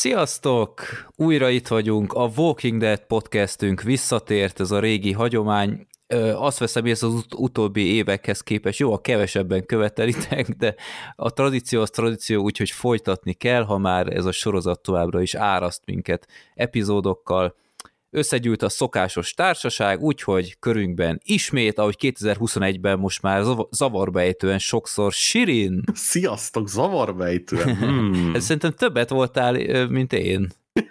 Sziasztok! Újra itt vagyunk, a Walking Dead podcastünk visszatért, ez a régi hagyomány. Azt veszem, hogy ez az utóbbi évekhez képest jó, a kevesebben követelitek, de a tradíció az tradíció, úgyhogy folytatni kell, ha már ez a sorozat továbbra is áraszt minket epizódokkal. Összegyűlt a szokásos társaság, úgyhogy körünkben ismét, ahogy 2021-ben most már zavarbejtően sokszor Sirin. Sziasztok, zavarbejtően. Ez szerintem többet voltál, mint én.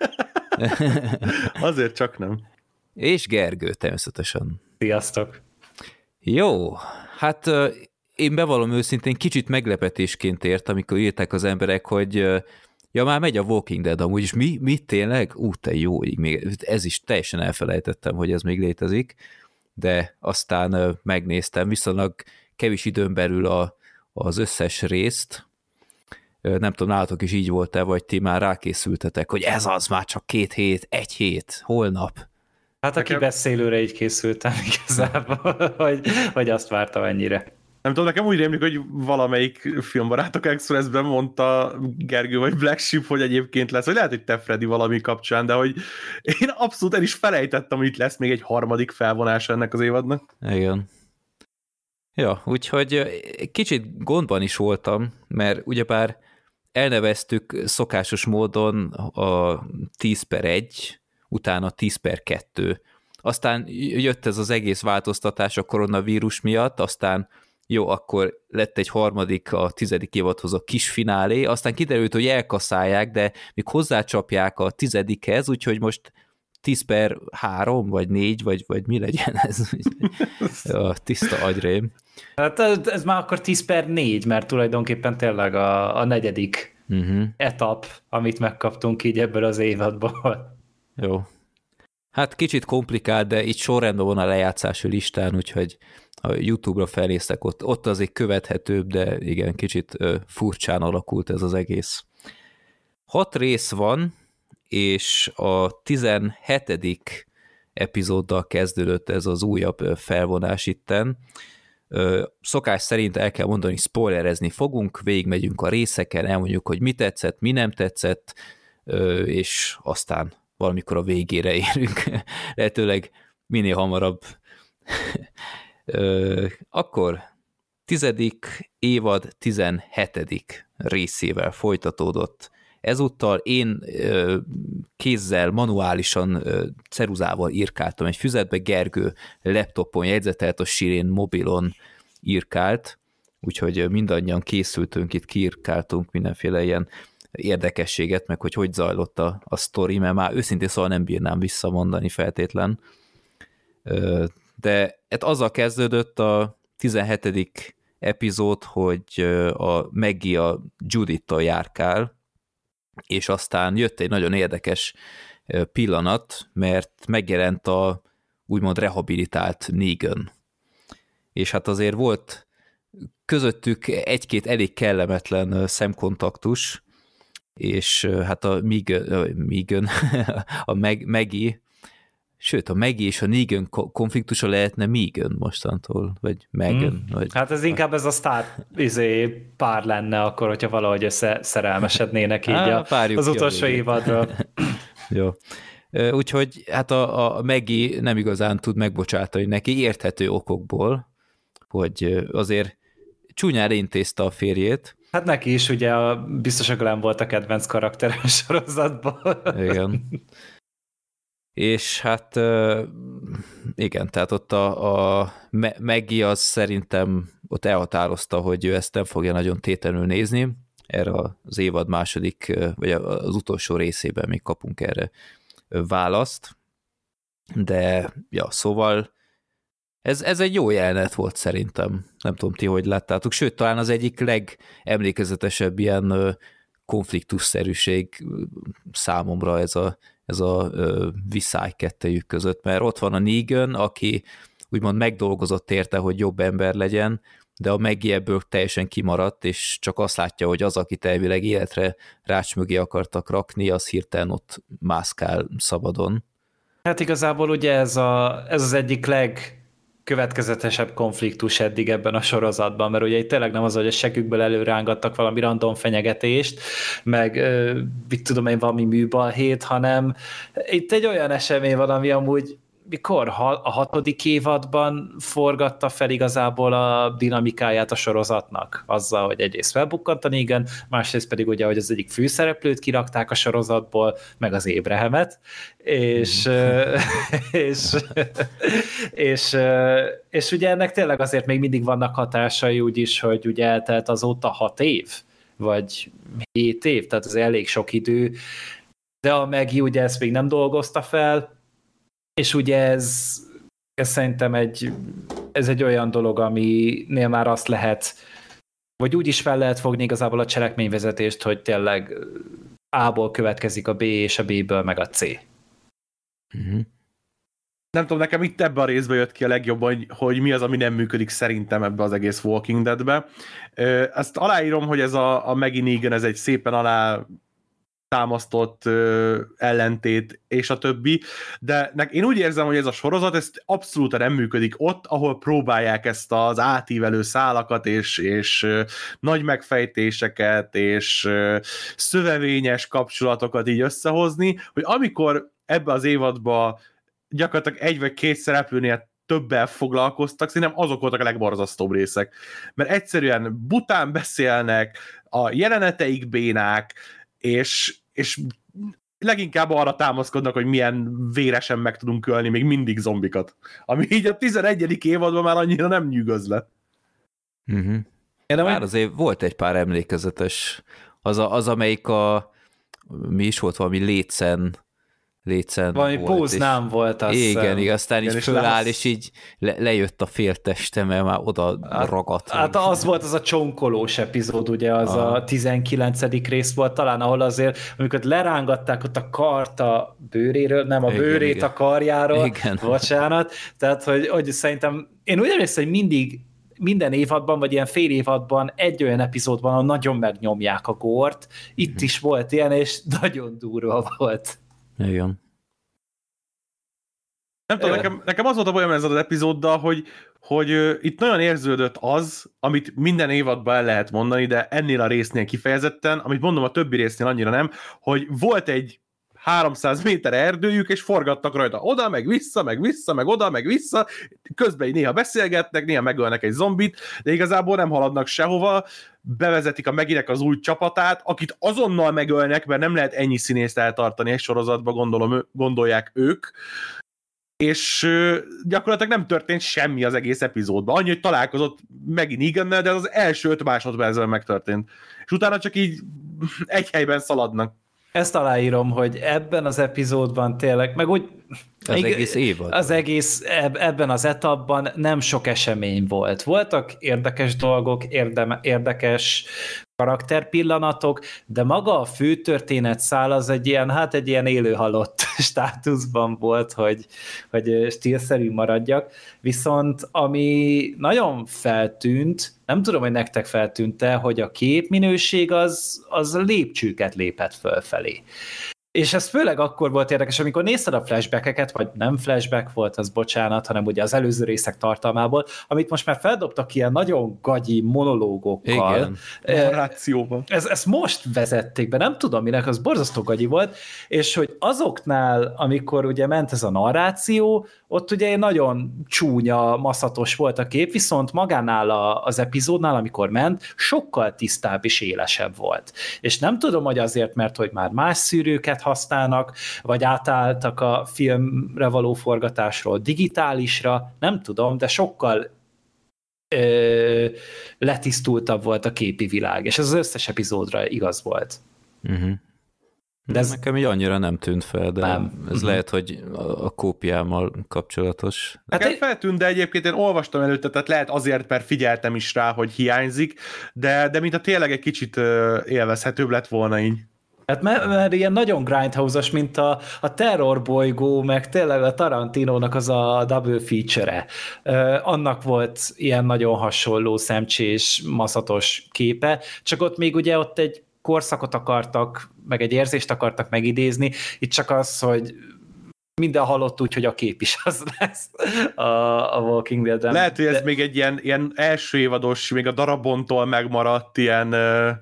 Azért csak nem. És Gergő természetesen. Sziasztok. Jó, hát én bevallom őszintén, kicsit meglepetésként ért, amikor írták az emberek, hogy ja, már megy a Walking Dead amúgy, és mi tényleg? Te jó, még ez is teljesen elfelejtettem, hogy ez még létezik, de aztán megnéztem, viszonylag kevés időn belül az összes részt. Nem tudom, nálatok is így volt-e, vagy ti már rákészültetek, hogy ez az, már csak 2 hét, 1 hét, holnap. Hát aki beszélőre így készültem igazából, hogy azt vártam ennyire. Nem tudom, nekem úgy rémlik, hogy valamelyik Filmbarátok Expressben mondta Gergő vagy Black Sheep, hogy egyébként lesz, vagy lehet, hogy te, Freddy, valami kapcsán, de hogy én abszolút el is felejtettem, hogy itt lesz még egy harmadik felvonása ennek az évadnak. Igen. Ja, úgyhogy kicsit gondban is voltam, mert ugyebár elneveztük szokásos módon a 10/1, utána 10/2. Aztán jött ez az egész változtatás a koronavírus miatt, aztán jó, akkor lett egy harmadik, a 10. évadhoz a kis finálé, aztán kiderült, hogy elkaszálják, de még hozzácsapják a 10-hez, úgyhogy most 10/3, vagy 4, vagy mi legyen ez? A tiszta agyrém. Hát ez már akkor 10/4, mert tulajdonképpen tényleg a negyedik etap, amit megkaptunk így ebből az évadból. Jó. Hát kicsit komplikált, de itt sorrendben van a lejátszási listán, úgyhogy a YouTube-ra felnéztek, ott azért követhetőbb, de igen, kicsit furcsán alakult ez az egész. 6 rész van, és a 17. epizóddal kezdődött ez az újabb felvonás itten. Szokás szerint el kell mondani, spoilerezni fogunk, végigmegyünk a részeken, elmondjuk, hogy mi tetszett, mi nem tetszett, és aztán valamikor a végére érünk, lehetőleg minél hamarabb. Akkor 10. évad 17. részével folytatódott. Ezúttal én kézzel, manuálisan, ceruzával írkáltam egy füzetbe, Gergő laptopon jegyzetelt, a Sirén mobilon írkált, úgyhogy mindannyian készültünk, itt kiírkáltunk mindenféle ilyen érdekességet, meg hogy zajlott a sztori, mert már őszintén szóval nem bírnám visszamondani feltétlen. De hát azzal kezdődött a 17. epizód, hogy a Maggie a Judittal járkál, és aztán jött egy nagyon érdekes pillanat, mert megjelent a úgymond rehabilitált Negan. És hát azért volt közöttük 1-2 elég kellemetlen szemkontaktus, és hát a Maggie, sőt, a Maggie és a Negan konfliktusa lehetne Megan mostantól, vagy Megan. Vagy... Hát ez inkább ez a sztár pár lenne akkor, hogyha valahogy összeszerelmesednének így az utolsó évadról. Jó. Úgyhogy hát a Maggie nem igazán tud megbocsátani neki érthető okokból, hogy azért csúnyán intézte a férjét. Hát neki is ugye biztos a Glenn volt a kedvenc karakter a sorozatban. Igen. És hát igen, tehát ott a Maggie az szerintem ott elhatározta, hogy ő ezt nem fogja nagyon tétlenül nézni, erre az évad második, vagy az utolsó részében még kapunk erre választ, de ja, szóval ez egy jó jelenet volt szerintem, nem tudom ti, hogy láttátok, sőt, talán az egyik legemlékezetesebb ilyen konfliktusszerűség számomra ez a viszály kettejük között, mert ott van a Negan, aki úgymond megdolgozott érte, hogy jobb ember legyen, de a Maggie ebből teljesen kimaradt, és csak azt látja, hogy az, akit elvileg életre rács mögé akartak rakni, az hirtelen ott mászkál szabadon. Hát igazából ugye ez az egyik következetesebb konfliktus eddig ebben a sorozatban, mert ugye itt tényleg nem az, hogy a segükből előrángattak valami random fenyegetést, meg mit tudom én, valami műbalhét, hanem itt egy olyan esemény van, ami amúgy mikor a 6. évadban forgatta fel igazából a dinamikáját a sorozatnak, azzal, hogy egyrészt felbukkant a Negan, másrészt pedig ugye, hogy az egyik főszereplőt kirakták a sorozatból, meg az Abrahamet, és ugye ennek tényleg azért még mindig vannak hatásai úgyis, hogy ugye eltelt azóta 6 év, vagy 7 év, tehát ez elég sok idő, de a Maggie ugye ezt még nem dolgozta fel, és ugye ez szerintem ez egy olyan dolog, aminél már azt lehet, vagy úgy is fel lehet fogni igazából a cselekményvezetést, hogy tényleg A-ból következik a B, és a B-ből meg a C. Nem tudom, nekem itt ebben a részben jött ki a legjobban, hogy mi az, ami nem működik szerintem ebbe az egész Walking Deadbe. Ezt aláírom, hogy ez a Maggie Negan, ez egy szépen alá támasztott ellentét, és a többi, de én úgy érzem, hogy ez a sorozat, ez abszolút nem működik ott, ahol próbálják ezt az átívelő szálakat, és nagy megfejtéseket, és szövevényes kapcsolatokat így összehozni, hogy amikor ebbe az évadba gyakorlatilag egy vagy két szereplőnél többel foglalkoztak, szerintem azok voltak a legborzasztóbb részek. Mert egyszerűen bután beszélnek, a jeleneteik bénák, és leginkább arra támaszkodnak, hogy milyen véresen meg tudunk ölni még mindig zombikat. Ami így a 11. évadban már annyira nem nyűgöz le. Már azért volt egy pár emlékezetes. Az amelyik mi is volt, valami létszen valami volt. Póznám volt az. Igen, aztán így föláll, és így lejött a félteste, mert már oda ragadt. Hát az volt az a csonkolós epizód, ugye, az a 19. rész volt talán, ahol azért, amikor lerángatták ott a kart a bőréről, nem a bőrét a karjáról, bocsánat, tehát, hogy szerintem, én úgy emlékszem, hogy mindig minden évadban, vagy ilyen fél évadban egy olyan epizódban, ahol nagyon megnyomják a górt, itt is volt ilyen, és nagyon durva volt. Igen. Nem tudom, nekem az volt a bajom ezzel az epizóddal, hogy itt nagyon érződött az, amit minden évadban el lehet mondani, de ennél a résznél kifejezetten, amit mondom a többi résznél annyira nem, hogy volt egy 300 méter erdőjük, és forgattak rajta oda, meg vissza, meg vissza, meg oda, meg vissza, közben néha beszélgetnek, néha megölnek egy zombit, de igazából nem haladnak sehova, bevezetik a Meginek az új csapatát, akit azonnal megölnek, mert nem lehet ennyi színészt eltartani egy sorozatba, gondolják ők, és gyakorlatilag nem történt semmi az egész epizódban. Annyi, hogy találkozott Maggie Negannel, de az első 5 másodpercben megtörtént. És utána csak így egy helyben szaladnak. Ezt aláírom, hogy ebben az epizódban tényleg, meg úgy egész évad. Az egész ebben az etapban nem sok esemény volt. Voltak érdekes dolgok, érdekes karakterpillanatok, de maga a főtörténet szál az egy ilyen élő-halott státuszban volt, hogy stílszerű maradjak. Viszont ami nagyon feltűnt, nem tudom, hogy nektek feltűnt-e, hogy a képminőség az lépcsőket lépett fölfelé. És ez főleg akkor volt érdekes, amikor nézted a flashbackeket, vagy nem flashback volt, az bocsánat, hanem ugye az előző részek tartalmából, amit most már feldobtak ilyen nagyon gagyi monológokkal. Igen, narrációban. Ezt most vezették be, nem tudom minek, az borzasztó gagyi volt, és hogy azoknál, amikor ugye ment ez a narráció, ott ugye nagyon csúnya, maszatos volt a kép, viszont magánál az epizódnál, amikor ment, sokkal tisztább és élesebb volt. És nem tudom, hogy azért, mert hogy már más szűrőket használnak, vagy átálltak a filmre való forgatásról digitálisra, nem tudom, de sokkal letisztultabb volt a képi világ, és ez az összes epizódra igaz volt. De ez nekem így annyira nem tűnt fel, de nem. Ez lehet, hogy a kópiámmal kapcsolatos. Nekem feltűnt, de egyébként én olvastam előtte, tehát lehet azért, mert figyeltem is rá, hogy hiányzik, de mint a tényleg egy kicsit élvezhetőbb lett volna így. Hát mert ilyen nagyon grindhouse-os, mint a Terror bolygó, meg tényleg a Tarantinónak az a double feature-e. Annak volt ilyen nagyon hasonló szemcsés, maszatos képe, csak ott még ugye ott egy korszakot akartak, meg egy érzést akartak megidézni, itt csak az, hogy minden halott úgy, hogy a kép is az lesz a Walking Dead-en. Lehet, hogy ez még egy ilyen első évados, még a darabontól megmaradt ilyen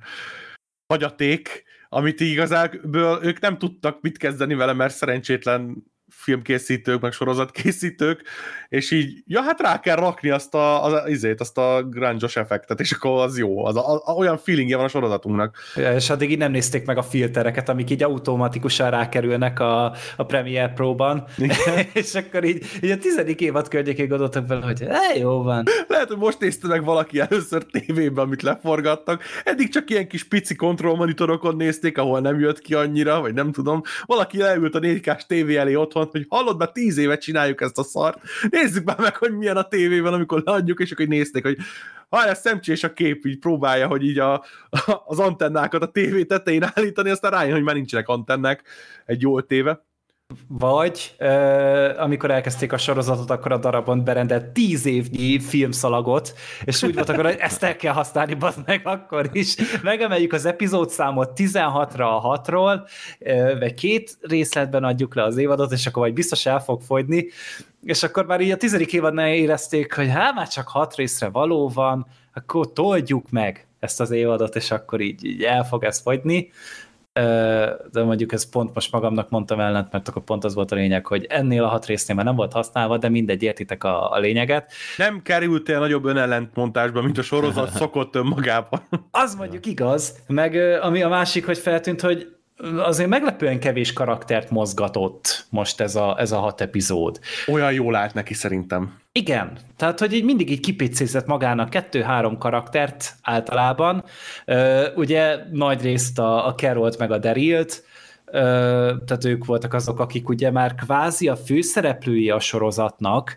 hagyaték, amit igazából ők nem tudtak mit kezdeni vele, mert szerencsétlen filmkészítők, meg sorozatkészítők, és így, ja, hát rá kell rakni azt a grunge-os effektet, és akkor az jó, olyan feelingje van a sorozatunknak. Ja, és addig így nem nézték meg a filtereket, amik így automatikusan rákerülnek a Premiere Pro-ban, és akkor így a 10. évad környékén gondoltak vele, hogy jó van. Lehet, hogy most nézte meg valaki először tévében, amit leforgattak, eddig csak ilyen kis pici kontrollmonitorokon nézték, ahol nem jött ki annyira, vagy nem tudom, valaki leült a 4K-s tévé elé otthon, hogy hallod, már 10 évet csináljuk ezt a szart, nézzük már meg, hogy milyen a tévében, amikor leadjuk, és akkor nézték, hogy a szemcsés a kép így próbálja, hogy így az antennákat a tévé tetején állítani, aztán rájön, hogy már nincsenek antennák egy jól téve. Vagy amikor elkezdték a sorozatot, akkor a darabon berendelt 10 évnyi filmszalagot, és úgy volt akkor, hogy ezt el kell használni, bazd meg akkor is. Megemeljük az epizódszámot 16-ra a 6-ról, vagy 2 részletben adjuk le az évadot, és akkor majd biztos el fog fogyni, és akkor már így a 10. évadnál érezték, hogy már csak 6 részre való van, akkor toldjuk meg ezt az évadot, és akkor így el fog ez fogyni. De mondjuk ez pont most magamnak mondtam ellent, mert akkor pont az volt a lényeg, hogy ennél a 6 résznél már nem volt használva, de mindegy, értitek a lényeget. Nem kerültél nagyobb önellentmondásba, mint a sorozat szokott önmagában. Az mondjuk igaz, meg ami a másik, hogy feltűnt, hogy azért meglepően kevés karaktert mozgatott most ez a 6 epizód. Olyan jól állt neki szerintem. Igen, tehát hogy így mindig így kipicézett magának 2-3 karaktert általában. Ugye nagy részt a Carolt meg a Darylt, tehát ők voltak azok, akik ugye már kvázi a főszereplői a sorozatnak,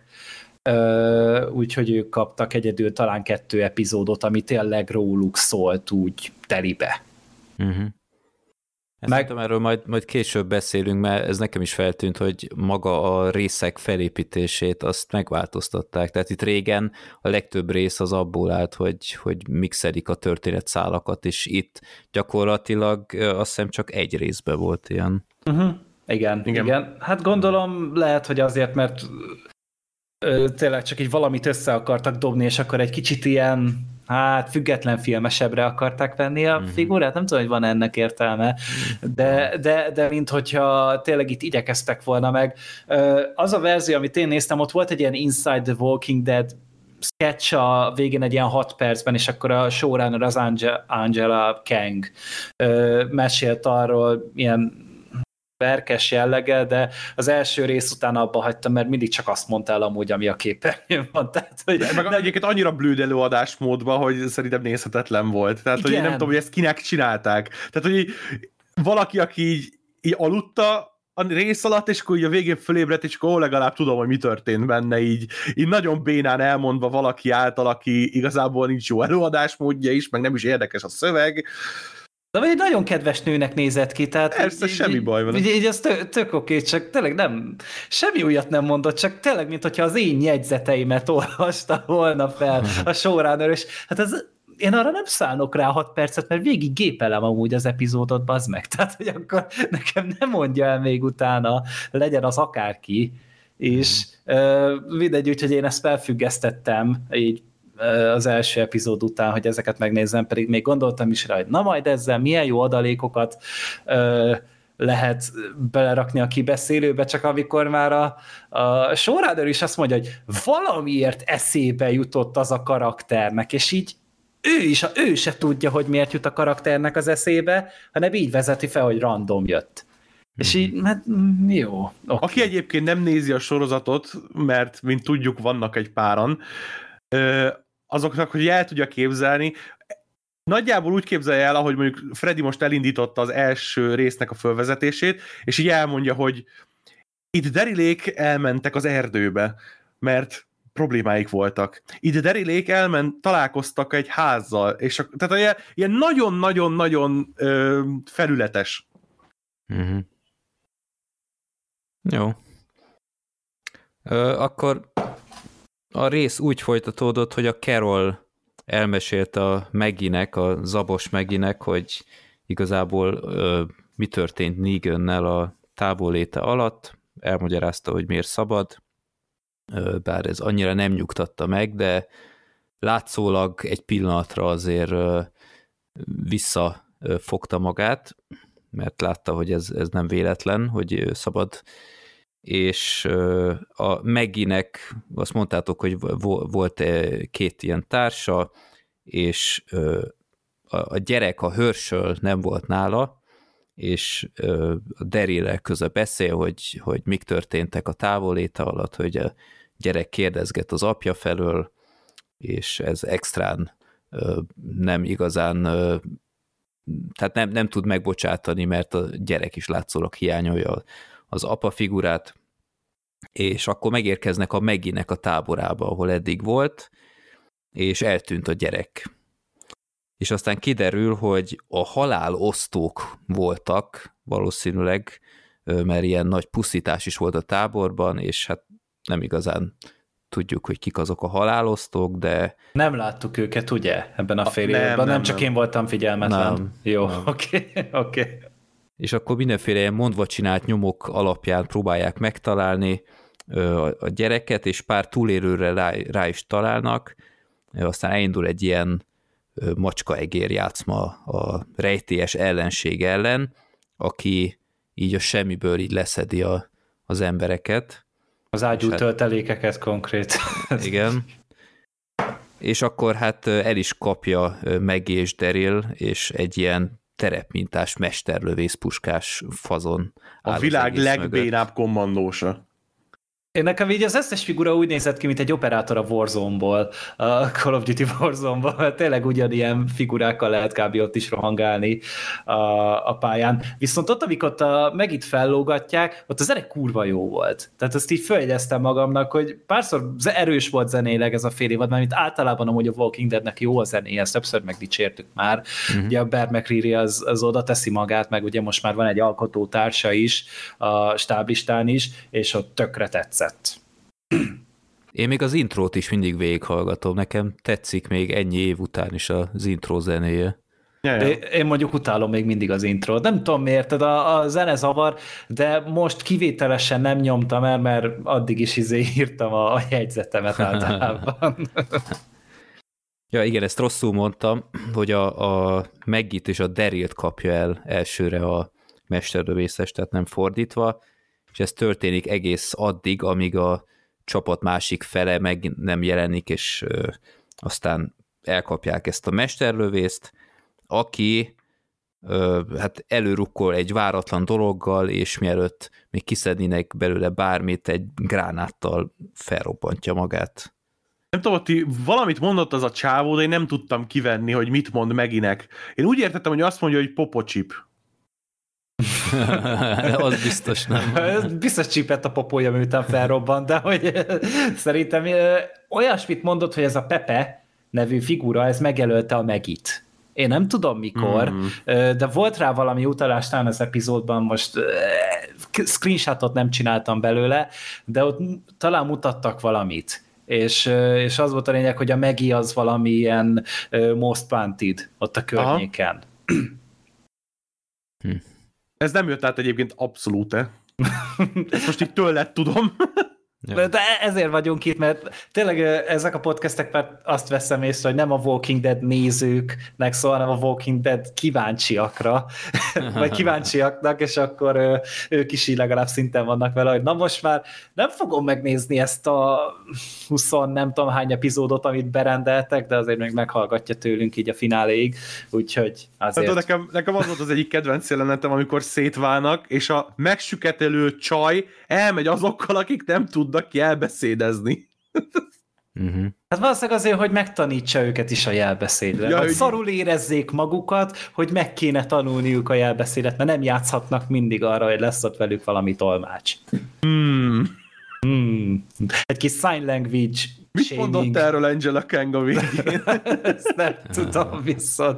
úgyhogy ők kaptak egyedül talán 2 epizódot, ami tényleg róluk szólt úgy telibe. Szerintem erről majd később beszélünk, mert ez nekem is feltűnt, hogy maga a részek felépítését azt megváltoztatták. Tehát itt régen a legtöbb rész az abból állt, hogy mixelik a történetszálakat, és itt gyakorlatilag azt hiszem csak egy részben volt ilyen. Igen. Hát gondolom lehet, hogy azért, mert tényleg csak így valamit össze akartak dobni, és akkor egy kicsit ilyen független filmesebbre akarták venni a figurát, nem tudom, hogy van ennek értelme, de mint hogyha tényleg itt igyekeztek volna meg. Az a verzió, amit én néztem, ott volt egy ilyen Inside the Walking Dead sketch a végén egy ilyen 6 percben, és akkor a showrunner az Angela Kang mesélt arról ilyen verkes jellege, de az első rész után abba hagytam, mert mindig csak azt mondtál amúgy, ami a képernyőn van. Tehát, hogy meg egyébként annyira blőd előadásmódban, hogy szerintem nézhetetlen volt. Tehát, igen. Hogy nem tudom, hogy ezt kinek csinálták. Tehát, hogy valaki, aki így aludta a rész alatt, és akkor így a végén fölébredt, és akkor legalább tudom, hogy mi történt benne, így nagyon bénán elmondva valaki által, aki igazából nincs jó előadásmódja is, meg nem is érdekes a szöveg. De egy nagyon kedves nőnek nézett ki, tehát... Persze, semmi baj van. Így ez tök oké, csak tényleg nem... Semmi újat nem mondott, csak tényleg, mint hogyha az én jegyzeteimet olvasta volna fel a showrunner, és hát én arra nem szánok rá 6 percet, mert végig gépelem amúgy az epizódot, bazd meg. Tehát, hogy akkor nekem nem mondja el még utána, legyen az akárki, és mindegy, úgyhogy én ezt felfüggesztettem, így az első epizód után, hogy ezeket megnézzem, pedig még gondoltam is rá, hogy na majd ezzel milyen jó adalékokat lehet belerakni a kibeszélőbe, csak amikor már a showrunner is azt mondja, hogy valamiért eszébe jutott az a karakternek, és így ő se tudja, hogy miért jut a karakternek az eszébe, hanem így vezeti fel, hogy random jött. És így, hát jó. Okay. Aki egyébként nem nézi a sorozatot, mert mint tudjuk, vannak egy páran, azoknak, hogy el tudja képzelni, nagyjából úgy képzelje el, ahogy mondjuk Freddy most elindította az első résznek a fölvezetését, és így elmondja, hogy itt Darylék elmentek az erdőbe, mert problémáik voltak. Itt Darylék találkoztak egy házzal, és tehát ilyen nagyon-nagyon-nagyon felületes. Jó. Akkor a rész úgy folytatódott, hogy a Carol elmesélte a Maggie-nek, a zabos Maggie-nek, hogy igazából mi történt Negannel a távolléte alatt. elmagyarázta, hogy miért szabad, bár ez annyira nem nyugtatta meg, de látszólag egy pillanatra azért visszafogta magát, mert látta, hogy ez nem véletlen, hogy szabad, és a Maggie-nek azt mondtátok, hogy volt két ilyen társa, és a gyerek, a Herschel nem volt nála, és a Daryl-el közben beszél, hogy mik történtek a távolléte alatt, hogy a gyerek kérdezget az apja felől, és ez extrán nem igazán, tehát nem tud megbocsátani, mert a gyerek is látszólag hiányolja az apa figurát, és akkor megérkeznek a Maggie-nek a táborába, ahol eddig volt, és eltűnt a gyerek. És aztán kiderül, hogy a halálosztók voltak valószínűleg, mert ilyen nagy pusztítás is volt a táborban, és hát nem igazán tudjuk, hogy kik azok a halálosztók, de... Nem láttuk őket, ugye, ebben a fél évben? Nem csak én voltam figyelmetlen. Nem, jó, nem. oké. És akkor mindenféle ilyen mondva csinált nyomok alapján próbálják megtalálni a gyereket, és pár túlélőre rá is találnak, aztán elindul egy ilyen macskaegér játszma a rejtélyes ellenség ellen, aki így a semmiből így leszedi az embereket. Az ágyú töltelékeket konkrét. Igen. És akkor hát el is kapja Maggie és Daryl, és egy ilyen terepmintás mesterlövészpuskás fazon. A világ legbénább kommandósa. Én nekem így az összes figura úgy nézett ki, mint egy operátor a Warzone-ból, a Call of Duty Warzone-ból. Tényleg ugyanilyen figurákkal lehet kb. Ott is rohangálni a pályán. Viszont ott, amikor ott Maggie-t fellógatják, ott a zene kurva jó volt. Tehát azt így följegyeztem magamnak, hogy párszor erős volt zenéleg ez a fél évad, mert mint általában amúgy a Walking Deadnek jó a zenéje, ezt többször megdicsértük már. Ugye a Bear McCreary az oda teszi magát, meg ugye most már van egy alkotótársa is a stáblistán is, és ott tökre tetszett. Én még az intrót is mindig végighallgatom, nekem tetszik még ennyi év után is az intro zenéje. Ja. Én mondjuk utálom még mindig az intrót. Nem tudom miért, a zene zavar, de most kivételesen nem nyomtam el, mert addig is írtam a jegyzetemet általában. Ja, igen, ezt rosszul mondtam, hogy a Maggie-t és a Daryl-t kapja el elsőre a mesterlövészes, tehát nem fordítva, és ez történik egész addig, amíg a csapat másik fele meg nem jelenik, és aztán elkapják ezt a mesterlövészt, aki hát előrukkol egy váratlan dologgal, és mielőtt még kiszednének belőle bármit, egy gránáttal felrobbantja magát. Nem tudom, hogy valamit mondott az a csávó, de én nem tudtam kivenni, hogy mit mond Meginek. Én úgy értettem, hogy azt mondja, hogy popocsip. Az biztos nem. Biztos csípett a popója, miután felrobbant, de hogy szerintem olyasmit mondott, hogy ez a Pepe nevű figura, ez megjelölte a Maggie-t. Én nem tudom mikor, de volt rá valami utalás talán az epizódban, most screenshotot nem csináltam belőle, de ott talán mutattak valamit. És az volt a lényeg, hogy a Maggie az valami ilyen most wanted ott a környéken. Ez nem jött át egyébként abszolút-e. Ezt most így tőled tudom. Ja. De ezért vagyunk itt, mert tényleg ezek a podcastek már azt veszem észre, hogy nem a Walking Dead nézőknek szól, hanem a Walking Dead kíváncsiakra, vagy kíváncsiaknak, és akkor ők is így legalább szinten vannak vele, hogy na most már nem fogom megnézni ezt a 20 nem tudom hány epizódot, amit berendeltek, de azért még meghallgatja tőlünk így a fináléig, úgyhogy azért... Hát, nekem az volt az egyik kedvenc jelenetem, amikor szétválnak, és a megsüketelő csaj elmegy azokkal, akik nem tudnak jelbeszédezni. Hát valószínűleg azért, hogy megtanítsa őket is a jelbeszédre. Ja, vagy szarul érezzék magukat, hogy meg kéne tanulniuk a jelbeszédet, mert nem játszhatnak mindig arra, hogy lesz ott velük valami tolmács. Egy kis sign language mit shaming. mondott erről Angela Kang a végén? Ezt nem tudom viszont.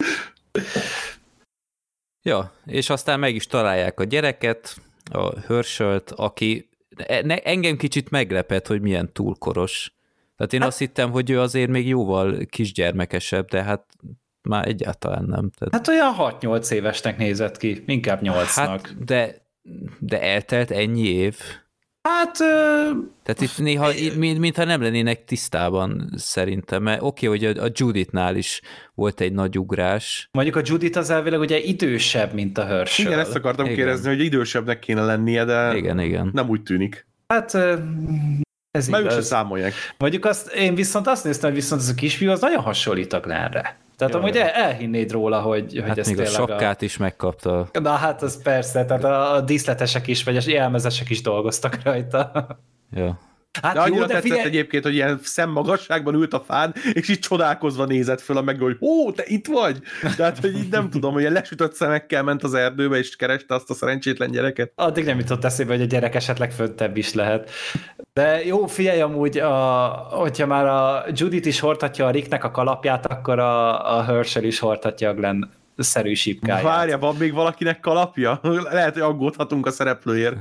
Ja, és aztán meg is találják a gyereket, a Herschelt, aki engem kicsit meglepett, hogy milyen túlkoros. Tehát én azt hittem, hogy ő azért még jóval kisgyermekesebb, de hát már egyáltalán nem. Tehát... Hát olyan 6-8 évesnek nézett ki, inkább 8-nak. Hát, de De eltelt ennyi év? Hát... Tehát itt néha, mintha nem lennének tisztában szerintem, mert oké, hogy a Judithnál is volt egy nagy ugrás. Mondjuk a Judith az elvileg ugye idősebb, mint a Herschel. Igen, ezt akartam kérdezni, hogy idősebbnek kéne lennie, de igen. nem úgy tűnik. Hát ez meg igaz. se számolják. Mondjuk én viszont azt néztem, hogy viszont ez a kisfiú az nagyon hasonlít a Glenre. Tehát amúgy elhinnéd róla, hogy hát ez még tényleg a sokkát is megkapta. Na hát az persze, tehát a díszletesek is, vagy a jelmezesek is dolgoztak rajta. Ja. Hát de annyira jó, de tetszett figyelj... egyébként, hogy ilyen szemmagasságban ült a fán, és így csodálkozva nézett föl a meg, hogy ó, te itt vagy? Tehát, hogy így nem tudom, hogy ilyen lesütött szemekkel ment az erdőbe, és kereste azt a szerencsétlen gyereket. Addig nem jutott eszébe, hogy a gyerek esetleg föntebb is lehet. De jó, figyelj, amúgy, hogyha már a Judith is hordhatja a Ricknek a kalapját, akkor a Herschel is hordhatja a Glenn szerű sípkáját. Várja, van még valakinek kalapja? Lehet, hogy aggódhatunk a szereplőért.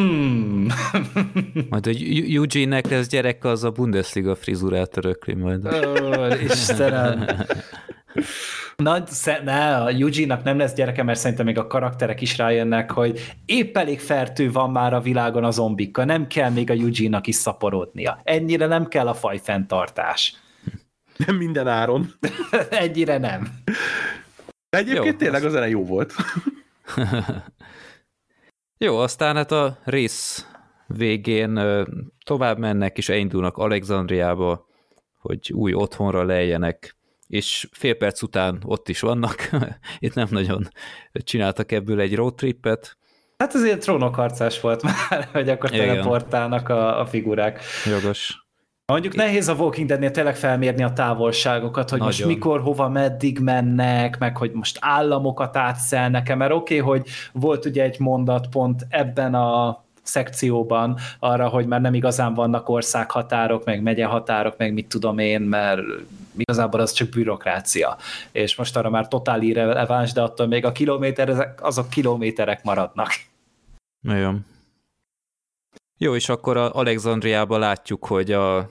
Majd a Eugene-nek lesz gyerek, az a Bundesliga frizurát örökli majd. Istenem. A Eugene-nak nem lesz gyereke, mert szerintem még a karakterek is rájönnek, hogy épp elég fertő van már a világon a zombikkal, nem kell még a Eugene-nak is szaporodnia. Ennyire nem kell a fajfenntartás. Nem minden áron. Ennyire nem. De egyébként tényleg a zene jó volt. Jó, aztán hát a rész végén tovább mennek, és elindulnak Alexandriába, hogy új otthonra lejjenek, és fél perc után ott is vannak. Itt nem nagyon csináltak ebből egy roadtrippet. Hát ez ilyen trónokharcás volt már, hogy akkor teleportálnak a figurák. Jogos. Mondjuk nehéz a Walking Deadnél tényleg felmérni a távolságokat, hogy nagyon. Most mikor, hova, meddig mennek, meg hogy most államokat átszelnek-e, mert oké, hogy volt ugye egy mondat pont ebben a szekcióban arra, hogy már nem igazán vannak országhatárok, meg megyehatárok, meg mit tudom én, mert igazából az csak bürokrácia. És most arra már totál irreleváns, de attól még a kilométerek, azok kilométerek maradnak. Nagyon. Jó, és akkor Alexandriában látjuk, hogy a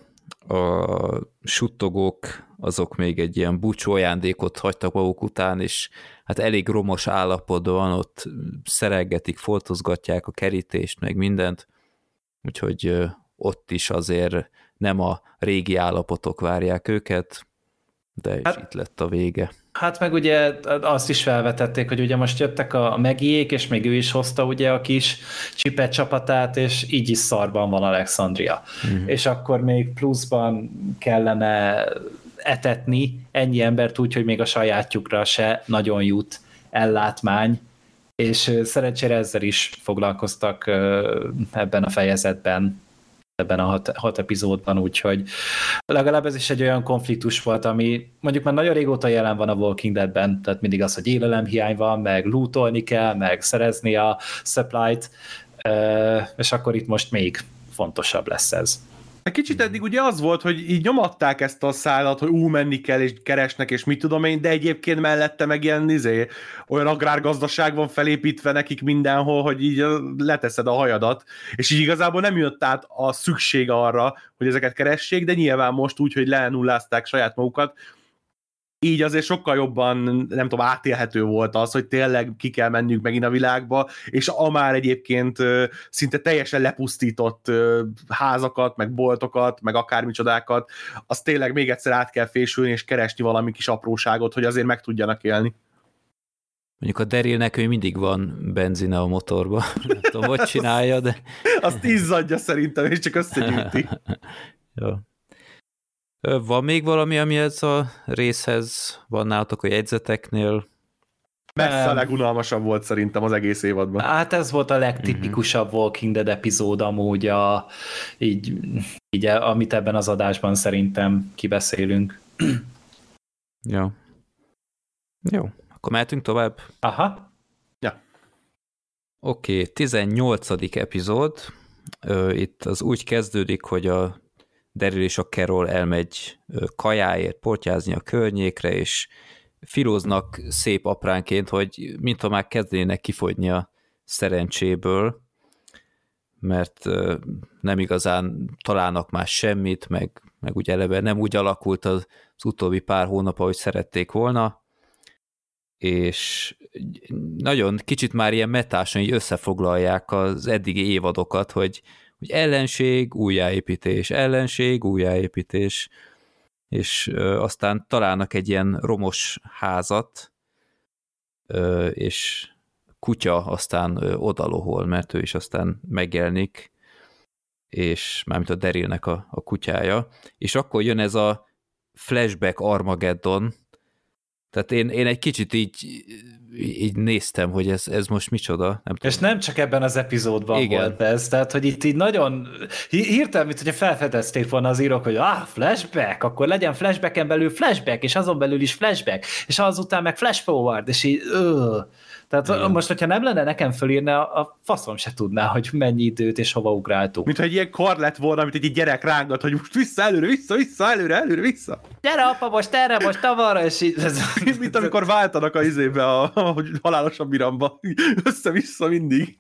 suttogók azok még egy ilyen búcsú ajándékot hagytak maguk után, és hát elég romos állapotban ott szerelgetik, foltozgatják a kerítést, meg mindent, úgyhogy ott is azért nem a régi állapotok várják őket, de hát, itt lett a vége. Hát meg ugye azt is felvetették, hogy ugye most jöttek a Maggie-ék, és még ő is hozta ugye a kis csipet csapatát, és így is szarban van Alexandria. És akkor még pluszban kellene etetni ennyi embert úgy, hogy még a sajátjukra se nagyon jut ellátmány, és szerencsére ezzel is foglalkoztak ebben a fejezetben, ebben a 6 epizódban, úgyhogy legalább ez is egy olyan konfliktus volt, ami mondjuk már nagyon régóta jelen van a Walking Deadben, tehát mindig az, hogy élelemhiány van, meg lootolni kell, meg szerezni a supply-t, és akkor itt most még fontosabb lesz ez. Kicsit eddig ugye az volt, hogy így nyomatták ezt a szálat, hogy menni kell, és keresnek, és mit tudom én, de egyébként mellette meg ilyen olyan agrárgazdaság van felépítve nekik mindenhol, hogy így leteszed a hajadat, és így igazából nem jött át a szükség arra, hogy ezeket keressék, de nyilván most úgy, hogy lenullázták saját magukat, így azért sokkal jobban, nem tudom, átélhető volt az, hogy tényleg ki kell mennünk megint a világba, és a már egyébként szinte teljesen lepusztított házakat, meg boltokat, meg akármicsodákat, az tényleg még egyszer át kell fésülni, és keresni valami kis apróságot, hogy azért meg tudjanak élni. Mondjuk a Darylnek ő mindig van benzine a motorba. Nem tudom, hogy csinálja, de... Azt izzadja szerintem, és csak összegyűjti. Jó. Van még valami, ami ez a részhez van nálatok a jegyzeteknél? Messze a legunalmasabb volt szerintem az egész évadban. Hát ez volt a legtipikusabb Walking Dead epizód amúgy, így amit ebben az adásban szerintem kibeszélünk. Ja. Jó, akkor mehetünk tovább? Aha. Ja. Oké, 18. epizód. Itt az úgy kezdődik, hogy a Daryl és a Carol elmegy kajáért portyázni a környékre, és filóznak szép apránként, hogy mintha már kezdenének kifogyni a szerencséből, mert nem igazán találnak már semmit, meg úgy eleve nem úgy alakult az utóbbi pár hónap, ahogy szerették volna, és nagyon kicsit már ilyen metásan így összefoglalják az eddigi évadokat, hogy ellenség, újjáépítés, és aztán találnak egy ilyen romos házat, és kutya aztán odalohol, mert ő is aztán megjelenik, és mármint a Darylnek a kutyája, és akkor jön ez a flashback Armageddon, tehát én egy kicsit így néztem, hogy ez most micsoda. Nem és nem csak ebben az epizódban igen. volt ez, tehát hogy itt így nagyon hirtelen, mint hogyha felfedezték volna az írók, hogy flashback, akkor legyen flashbacken belül flashback, és azon belül is flashback, és azután meg flash forward, és így tehát igen. Most, hogyha nem lenne nekem fölírni, a faszom se tudná, hogy mennyi időt és hova ugráltunk. Mint hogy ilyen kar lett volna, amit egy gyerek rángat, hogy most vissza, előre, előre, vissza. Gyere apa, most erre, most tavarra, és így... Mint amikor váltanak a izébe, hogy halálosabb iramba, össze-vissza mindig.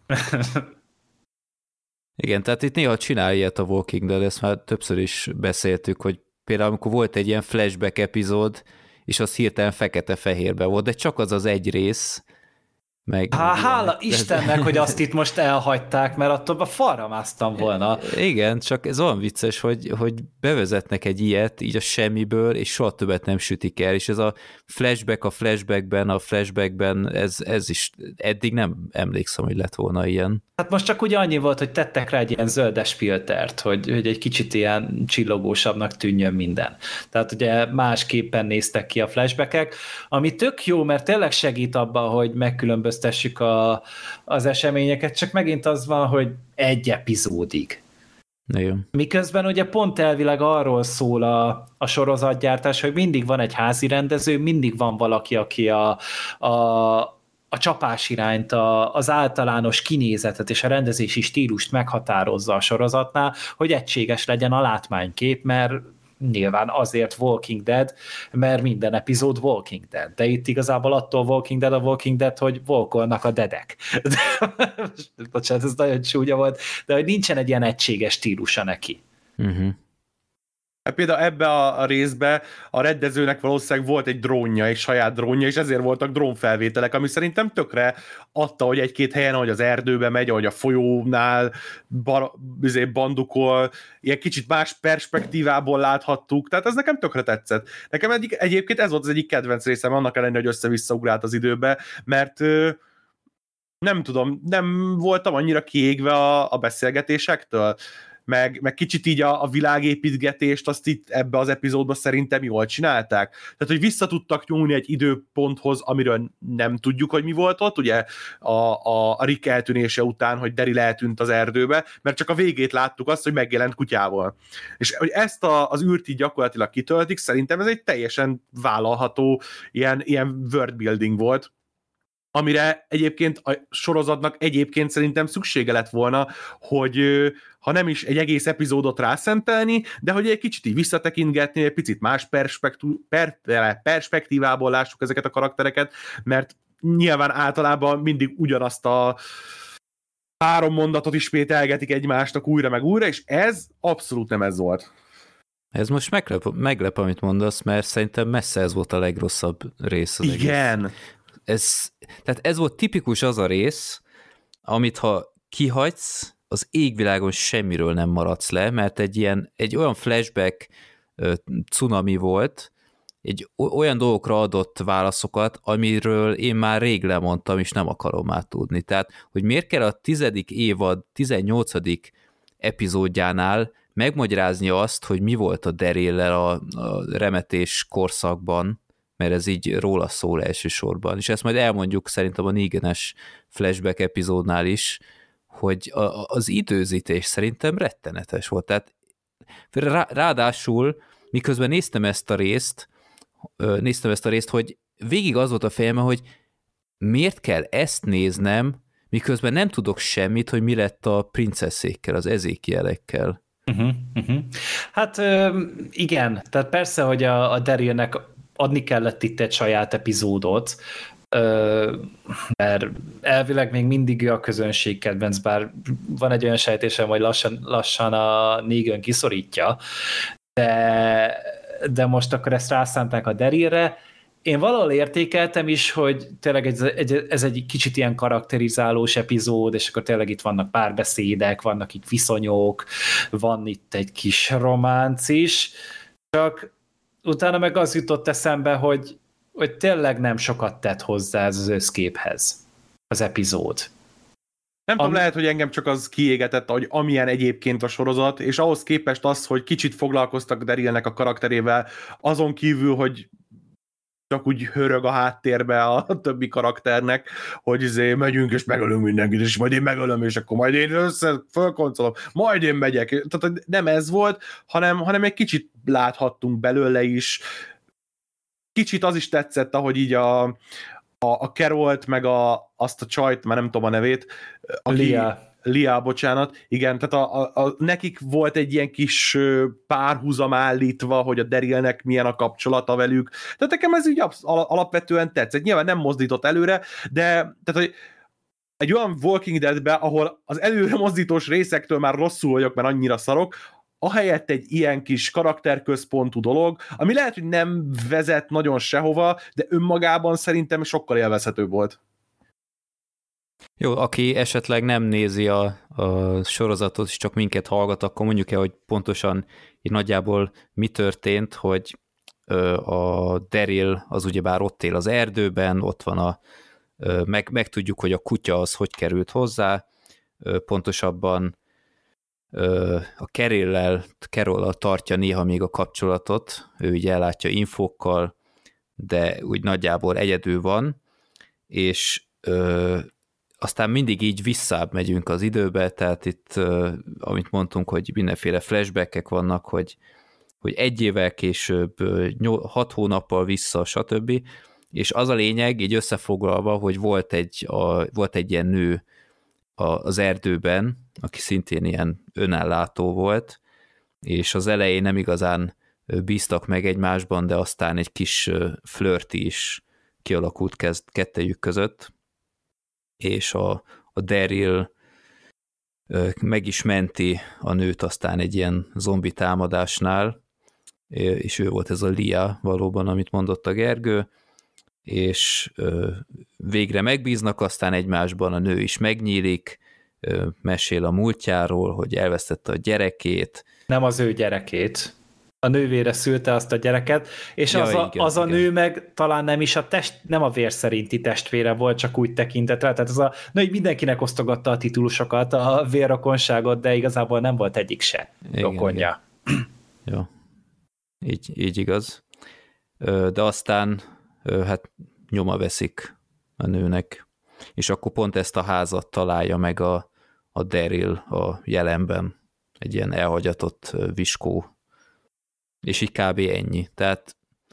Igen, tehát itt néha csinál ilyet a Walking Dead, ezt már többször is beszéltük, hogy például amikor volt egy ilyen flashback epizód, és az hirtelen fekete-fehérbe volt, de csak az egy rész, meg... Hála Istennek, hogy azt itt most elhagyták, mert attól a falra másztam volna. Igen, csak ez olyan vicces, hogy bevezetnek egy ilyet így a semmiből, és soha többet nem sütik el, és ez a flashbackben, ez is eddig nem emlékszem, hogy lett volna ilyen. Hát most csak ugye annyi volt, hogy tettek rá egy ilyen zöldes filtert, hogy egy kicsit ilyen csillogósabbnak tűnjön minden. Tehát ugye másképpen néztek ki a flashbackek, ami tök jó, mert tényleg segít abban, hogy megkülönböztessük az eseményeket, csak megint az van, hogy egy epizódig. Igen. Miközben ugye pont elvileg arról szól a sorozatgyártás, hogy mindig van egy házi rendező, mindig van valaki, aki a csapás irányt, az általános kinézetet és a rendezési stílust meghatározza a sorozatnál, hogy egységes legyen a látványkép, mert nyilván azért Walking Dead, mert minden epizód Walking Dead. De itt igazából attól Walking Dead a Walking Dead, hogy walkolnak a dedek. Bocsánat, ez nagyon csúnya volt, de hogy nincsen egy ilyen egységes stílusa neki. Uh-huh. Hát például ebbe a részbe a rendezőnek valószínűleg volt egy drónja, egy saját drónja, és ezért voltak drónfelvételek, ami szerintem tökre adta, hogy egy-két helyen, ahogy az erdőbe megy, ahogy a folyónál bandukol, ilyen kicsit más perspektívából láthattuk, tehát ez nekem tökre tetszett. Nekem egyébként ez volt az egyik kedvenc részem, annak ellenére, hogy össze-vissza ugrált az időbe, mert nem tudom, nem voltam annyira kiégve a beszélgetésektől, meg kicsit így a világépítgetést azt itt ebbe az epizódban szerintem jól csinálták. Tehát, hogy vissza tudtak nyúlni egy időponthoz, amiről nem tudjuk, hogy mi volt ott, ugye a Rick eltűnése után, hogy Daryl eltűnt az erdőbe, mert csak a végét láttuk azt, hogy megjelent kutyával. És hogy ezt az űrt így gyakorlatilag kitöltik, szerintem ez egy teljesen vállalható ilyen worldbuilding volt, amire egyébként a sorozatnak egyébként szerintem szüksége lett volna, hogy ha nem is egy egész epizódot rászentelni, de hogy egy kicsit így visszatekintgetni, egy picit más perspektívából lássuk ezeket a karaktereket, mert nyilván általában mindig ugyanazt a 3 mondatot ismételgetik egymásnak újra meg újra, és ez abszolút nem ez volt. Ez most meglep, amit mondasz, mert szerintem messze ez volt a legrosszabb rész az igen. Egész. Tehát ez volt tipikus az a rész, amit ha kihagysz, az égvilágon semmiről nem maradsz le, mert egy olyan flashback cunami volt, olyan dolgokra adott válaszokat, amiről én már rég lemondtam, és nem akarom már tudni. Tehát, hogy miért kell a 10. évad 18. epizódjánál megmagyarázni azt, hogy mi volt a Daryllel a remetés korszakban, mert ez így róla szól elsősorban. És ezt majd elmondjuk szerintem a Negan-es flashback epizódnál is, hogy az időzítés szerintem rettenetes volt. Tehát ráadásul, miközben néztem ezt a részt, hogy végig az volt a fejemben, hogy miért kell ezt néznem, miközben nem tudok semmit, hogy mi lett a princeszékkel, az Ezékielekkel. Hát igen, tehát persze, hogy a Darylnek adni kellett itt egy saját epizódot, mert elvileg még mindig ő a közönség kedvenc, bár van egy olyan sejtésem, hogy lassan a Negan kiszorítja, de most akkor ezt rászánták a Darylre, én valahol értékeltem is, hogy tényleg ez egy kicsit ilyen karakterizálós epizód, és akkor tényleg itt vannak párbeszédek, vannak itt viszonyok, van itt egy kis románc is, csak utána meg az jutott eszembe, hogy tényleg nem sokat tett hozzá ez az összképhez az epizód. Nem tudom, lehet, hogy engem csak az kiégetett, hogy amilyen egyébként a sorozat, és ahhoz képest az, hogy kicsit foglalkoztak Darylnek a karakterével, azon kívül, hogy csak úgy hörög a háttérbe a többi karakternek, hogy megyünk és megölünk mindenkit, és majd én megölöm, és akkor majd én fölkoncolom, majd én megyek. Tehát nem ez volt, hanem egy kicsit láthattunk belőle is. Kicsit az is tetszett, ahogy így a Carolt, meg azt a csajt, már nem tudom a nevét, Lia, bocsánat, igen, tehát nekik volt egy ilyen kis párhuzam állítva, hogy a Darylnek milyen a kapcsolata velük, tehát nekem ez így alapvetően tetszett, nyilván nem mozdított előre, de tehát, hogy egy olyan Walking Deadbe, ahol az előre mozdítós részektől már rosszul vagyok, mert annyira szarok, ahelyett egy ilyen kis karakterközpontú dolog, ami lehet, hogy nem vezet nagyon sehova, de önmagában szerintem sokkal élvezhetőbb volt. Jó, aki esetleg nem nézi a sorozatot, és csak minket hallgat, akkor mondjuk el, hogy pontosan így nagyjából mi történt, hogy a Daryl az ugyebár ott él az erdőben, ott van meg tudjuk, hogy a kutya az hogy került pontosabban a Carol-lal tartja néha még a kapcsolatot, ő így ellátja infókkal, de úgy nagyjából egyedül van, és aztán mindig így visszább megyünk az időbe, tehát itt, amit mondtunk, hogy mindenféle flashbackek vannak, hogy egy évvel később, 6 hónappal vissza, stb. És az a lényeg, így összefoglalva, hogy volt egy ilyen nő az erdőben, aki szintén ilyen önellátó volt, és az elején nem igazán bíztak meg egymásban, de aztán egy kis flirti is kialakult kettejük között, és a Daryl meg is menti a nőt aztán egy ilyen zombi támadásnál, és ő volt ez a Lia valóban, amit mondott a Gergő, és végre megbíznak aztán egymásban, a nő is megnyílik, mesél a múltjáról, hogy elvesztette a gyerekét. Nem az ő gyerekét. A nővére szülte azt a gyereket, és ja, az a nő meg talán nem is nem a vér szerinti testvére volt, csak úgy tekintett rá. Tehát az a nő mindenkinek osztogatta a titulusokat, a vérrokonságot, de igazából nem volt egyik se rokonja. Jó. Így igaz. De aztán hát nyoma veszik a nőnek, és akkor pont ezt a házat találja meg a Daryl a jelenben, egy ilyen elhagyatott viskó, és így kb. Ennyi. Tehát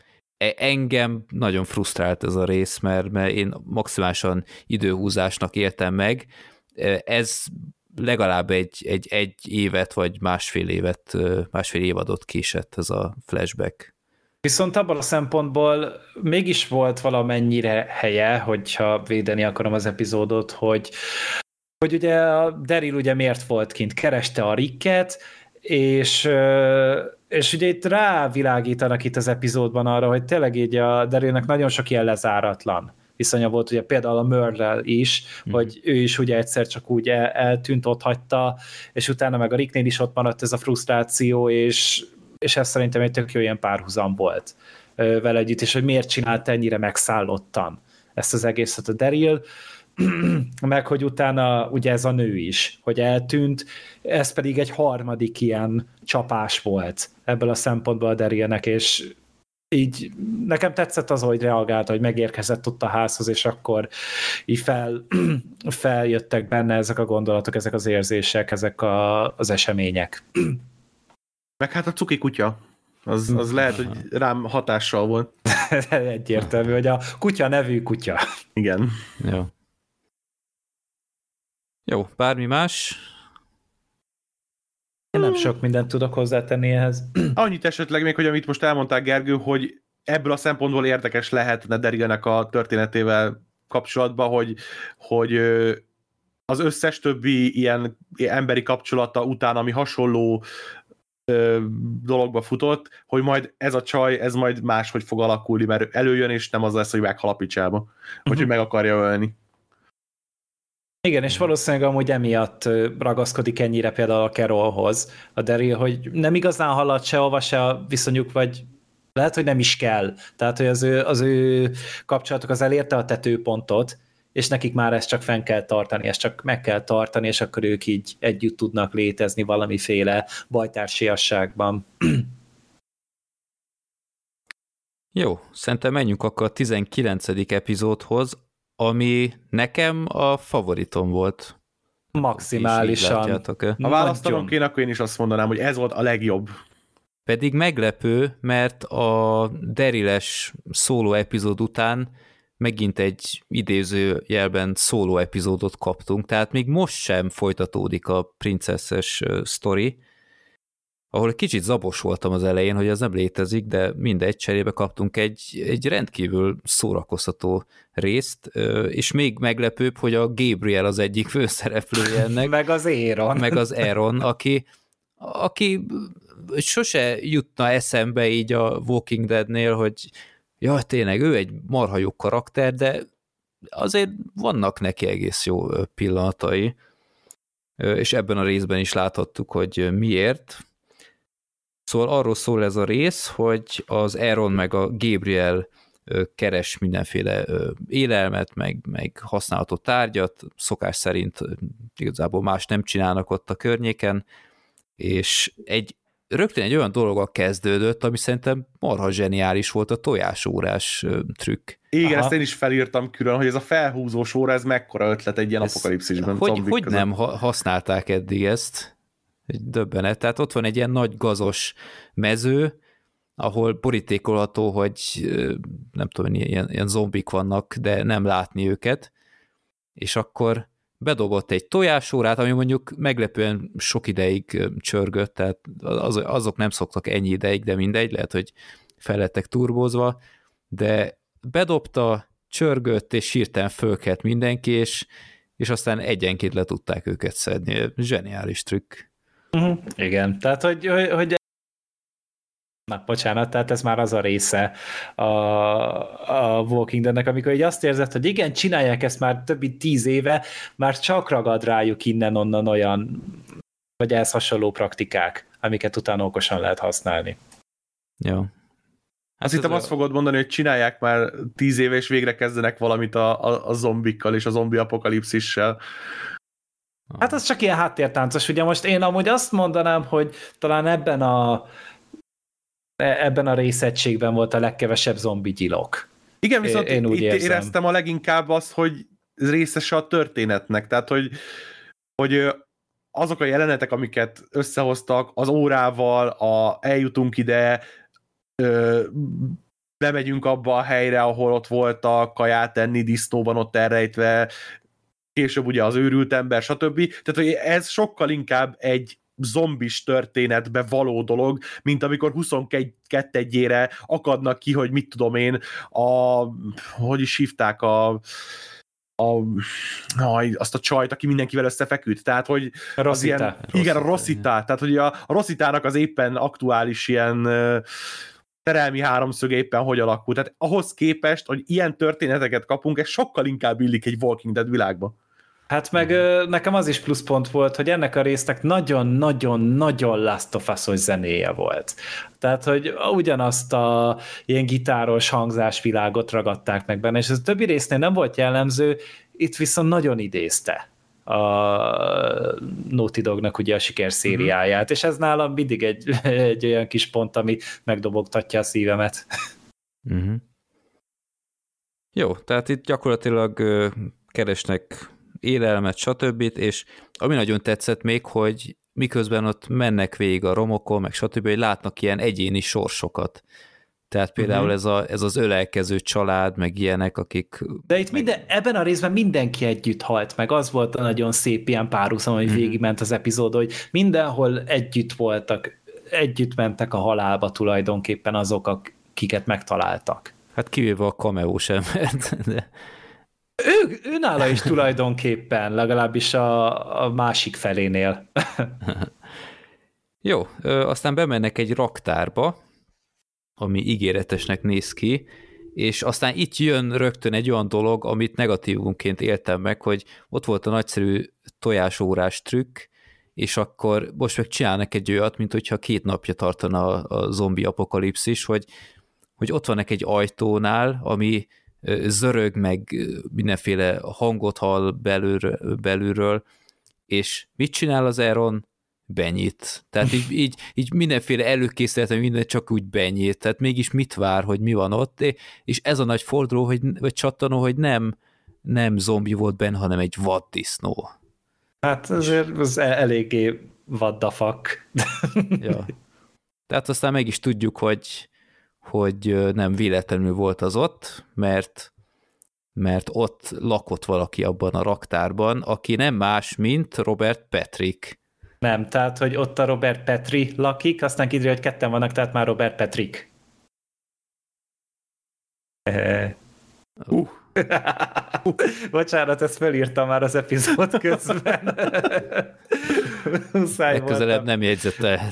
engem nagyon frusztrált ez a rész, mert én maximálisan időhúzásnak éltem meg. Ez legalább egy évet, vagy másfél évadot késett ez a flashback. Viszont abban a szempontból mégis volt valamennyire helye, hogyha védeni akarom az epizódot, hogy ugye a Daryl ugye miért volt kint, kereste a Ricket, és ugye itt rávilágítanak itt az epizódban arra, hogy tényleg így a Darylnek nagyon sok ilyen lezáratlan viszonya volt, ugye például a Merle is, hogy ő is ugye egyszer csak úgy eltűnt, ott hagyta, és utána meg a Ricknél is ott maradt ez a frusztráció, és ez szerintem egy tök jó ilyen párhuzam volt vele együtt, és hogy miért csinált ennyire megszállottan ezt az egészet a Daryl, meg hogy utána ugye ez a nő is, hogy eltűnt, ez pedig egy harmadik ilyen csapás volt ebből a szempontból a Darylnek, és így nekem tetszett az, hogy reagálta, hogy megérkezett ott a házhoz, és akkor így feljöttek benne ezek a gondolatok, ezek az érzések, ezek az események. Meg hát a cuki kutya. Az lehet, hogy rám hatással volt. Egyértelmű, hogy a kutya nevű kutya. Igen. Jó, bármi más? Én nem sok mindent tudok hozzátenni ehhez. Annyit esetleg még, hogy amit most elmondták, Gergő, hogy ebből a szempontból érdekes lehetne Darylnek a történetével kapcsolatban, hogy az összes többi ilyen emberi kapcsolata után, ami hasonló dologba futott, hogy majd ez a csaj, ez majd máshogy fog alakulni, mert előjön, és nem az lesz, hogy meghal a picsába. Vagy hogy meg akarja ölni. Igen, és valószínűleg amúgy emiatt ragaszkodik ennyire például a Carolhoz a Daryl, hogy nem igazán halad sehova se a viszonyuk, vagy lehet, hogy nem is kell. Tehát, hogy az ő kapcsolatok az elérte a tetőpontot, és nekik már ezt csak fenn kell tartani, ezt csak meg kell tartani, és akkor ők így együtt tudnak létezni valamiféle bajtársiasságban. Jó, szerintem menjünk akkor a 19. epizódhoz, ami nekem a favoritom volt. Maximálisan. Ha választanom kéne, akkor én is azt mondanám, hogy ez volt a legjobb. Pedig meglepő, mert a Daryl-es szóló epizód után megint egy idézőjelben szóló epizódot kaptunk, tehát még most sem folytatódik a princesses sztori, ahol kicsit zabos voltam az elején, hogy ez nem létezik, de mindegy, cserébe kaptunk egy rendkívül szórakoztató részt, és még meglepőbb, hogy a Gabriel az egyik főszereplője ennek. Meg az Aaron. Meg az Aaron, aki sose jutna eszembe így a Walking Deadnél, hogy ja, tényleg, ő egy marha jó karakter, de azért vannak neki egész jó pillanatai, és ebben a részben is láthattuk, hogy miért. Szóval arról szól ez a rész, hogy az Aaron meg a Gabriel keres mindenféle élelmet, meg használható tárgyat, szokás szerint igazából más nem csinálnak ott a környéken, és rögtön egy olyan dologgal kezdődött, ami szerintem marha zseniális volt, a tojásórás trükk. Igen, ezt én is felírtam külön, hogy ez a felhúzós óra, ez mekkora ötlet egy ilyen apokalipszisben. Hogy nem használták eddig ezt? Egy döbbenet. Tehát ott van egy ilyen nagy gazos mező, ahol borítékolható, hogy nem tudom, ilyen zombik vannak, de nem látni őket, és akkor bedobott egy tojásórát, ami mondjuk meglepően sok ideig csörgött, tehát azok nem szoktak ennyi ideig, de mindegy, lehet, hogy fel lettek turbózva, de bedobta, csörgött, és hirtelen fölkelt mindenki, és aztán egyenként le tudták őket szedni. Zseniális trükk. Igen, tehát hogy na, bocsánat, tehát ez már az a része a Walking Deadnek, amikor így azt érzed, hogy igen, csinálják ezt már több mint 10 éve, már csak ragad rájuk innen-onnan olyan, vagy ehhez hasonló praktikák, amiket utána okosan lehet használni. Jó. Azt hittem azt fogod mondani, hogy csinálják már 10 éve, és végre kezdenek valamit a zombikkal és a zombi apokalipszissel. Hát az csak ilyen háttértáncos. Ugye most én amúgy azt mondanám, hogy talán ebben a részegységben volt a legkevesebb zombi gyilok. Igen, viszont én úgy éreztem a leginkább azt, hogy részese a történetnek. Tehát, hogy azok a jelenetek, amiket összehoztak az órával, eljutunk ide, bemegyünk abba a helyre, ahol ott voltak, kaját enni, disznóban ott elrejtve, később ugye az őrült ember, stb. Tehát, hogy ez sokkal inkább egy zombis történetbe való dolog, mint amikor 22-ére akadnak ki, hogy mit tudom én, hogy is hívták azt a csajt, aki mindenkivel összefeküdt. Tehát, hogy Rosita. Igen, a Rosita. Tehát, hogy a Rositának az éppen aktuális ilyen szerelmi háromszög éppen hogy alakul. Tehát ahhoz képest, hogy ilyen történeteket kapunk, ez sokkal inkább illik egy Walking Dead világba. Hát meg nekem az is pluszpont volt, hogy ennek a résznek nagyon-nagyon-nagyon Last of Us-os zenéje volt. Tehát, hogy ugyanazt a ilyen gitáros hangzásvilágot ragadták meg benne, és ez a többi résznél nem volt jellemző, itt viszont nagyon idézte a Naughty Dognak ugye a sikerszériáját, és ez nálam mindig egy olyan kis pont, ami megdobogtatja a szívemet. Jó, tehát itt gyakorlatilag keresnek élelmet, stb. És ami nagyon tetszett még, hogy miközben ott mennek végig a romokon, meg stb., hogy látnak ilyen egyéni sorsokat. Tehát például ez az ölelkező család, meg ilyenek, akik... De itt ebben a részben mindenki együtt halt meg. Az volt a nagyon szép ilyen párhuzam, hogy végigment az epizód, hogy mindenhol együtt voltak, együtt mentek a halálba tulajdonképpen azok, akiket megtaláltak. Hát kivéve a kameós embert, de... Ő nála is tulajdonképpen, legalábbis a másik felénél. Jó, aztán bemennek egy raktárba, ami ígéretesnek néz ki, és aztán itt jön rögtön egy olyan dolog, amit negatívunként éltem meg, hogy ott volt a nagyszerű tojásórás trükk, és akkor most meg csinálnak egy olyat, mint hogyha 2 napja tartana a zombi apokalipszis, hogy ott vannak egy ajtónál, ami zörög, meg mindenféle hangot hall belülről, és mit csinál az Aaron? Benyit. Tehát így mindenféle előkészületem, minden csak úgy benyit. Tehát mégis mit vár, hogy mi van ott, és ez a nagy forduló, vagy csattanó, hogy nem zombi volt benne, hanem egy vaddisznó. Hát azért az eléggé what the fuck. Ja. Tehát aztán meg is tudjuk, hogy nem véletlenül volt az ott, mert ott lakott valaki abban a raktárban, aki nem más, mint Robert Patrick. Nem, tehát, hogy ott a Robert Petri lakik, aztán kiderül, hogy 2 vannak, tehát már Robert Patrick. Bocsánat, ezt felírtam már az epizód közben. Legközelebb nem jegyzette.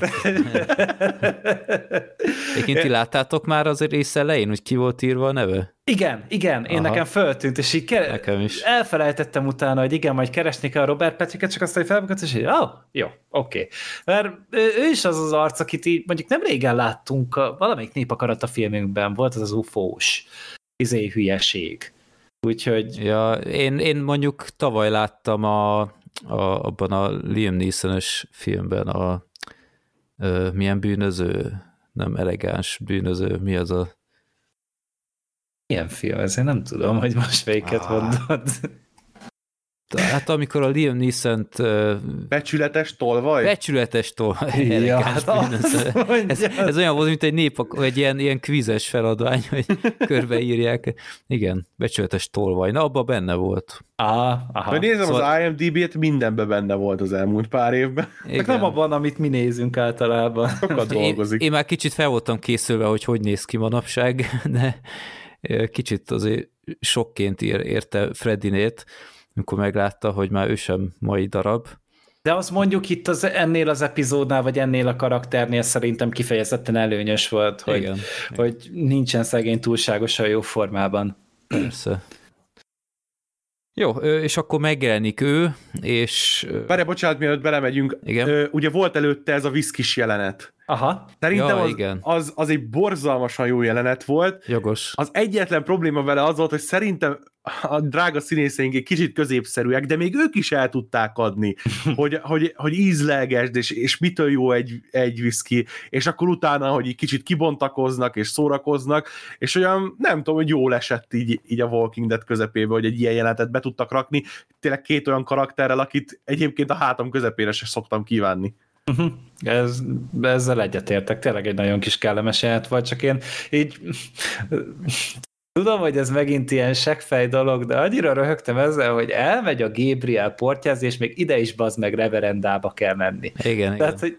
Egyébként ti láttátok már az rész elején, hogy ki volt írva a neve? Igen, én nekem föltűnt, és így nekem is. elfelejtettem utána, hogy igen, majd keresni kell a Robert Patricket, csak aztán felbukott, és így, jó, oké. Mert ő is az az arc, akit így mondjuk nem régen láttunk, valamelyik Népakarata filmünkben volt, az az UFO-s hülyeség. Úgyhogy... Ja, én mondjuk tavaly láttam abban a Liam Neeson-ös filmben milyen bűnöző, nem elegáns bűnöző, mi az a... Milyen film? Ezért nem tudom, hogy most melyiket mondod. Hát amikor a Liam Neeson-t... Becsületes tolvaj? Becsületes tolvaj, elegáns bűnöző. Ez olyan volt, mint egy ilyen kvízes feladvány, hogy körbeírják. Igen, becsületes tolvaj. Na, abban benne volt. Aha. Nézem szóval... az IMDb-t, mindenben benne volt az elmúlt pár évben. Nem abban, amit mi nézünk általában. Sokat dolgozik. Én már kicsit fel voltam készülve, hogy néz ki manapság, de kicsit azért sokként érte Freddinét, amikor meglátta, hogy már ő sem mai darab. De azt mondjuk itt ennél az epizódnál, vagy ennél a karakternél szerintem kifejezetten előnyös volt, hogy nincsen szegény túlságosan jó formában. Persze. Jó, és akkor megjelenik ő, és... Várj, bocsánat, mielőtt belemegyünk. Igen? Ugye volt előtte ez a viszkis jelenet. Aha. Szerintem az egy borzalmasan jó jelenet volt. Jogos. Az egyetlen probléma vele az volt, hogy szerintem a drága színészeink egy kicsit középszerűek, de még ők is el tudták adni, hogy ízlelgesd, és mitől jó egy viszki, és akkor utána, hogy egy kicsit kibontakoznak, és szórakoznak, és olyan, nem tudom, hogy jól esett így a Walking Dead közepébe, hogy egy ilyen jelenetet be tudtak rakni, tényleg 2 olyan karakterrel, akit egyébként a hátam közepére se szoktam kívánni. Ezzel egyetértek, tényleg egy nagyon kis kellemes jelent volt, csak én így tudom, hogy ez megint ilyen seggfej dolog, de annyira röhögtem ezzel, hogy elmegy a Gabriel portyázni, és még ide is bazd meg reverendába kell menni. Igen.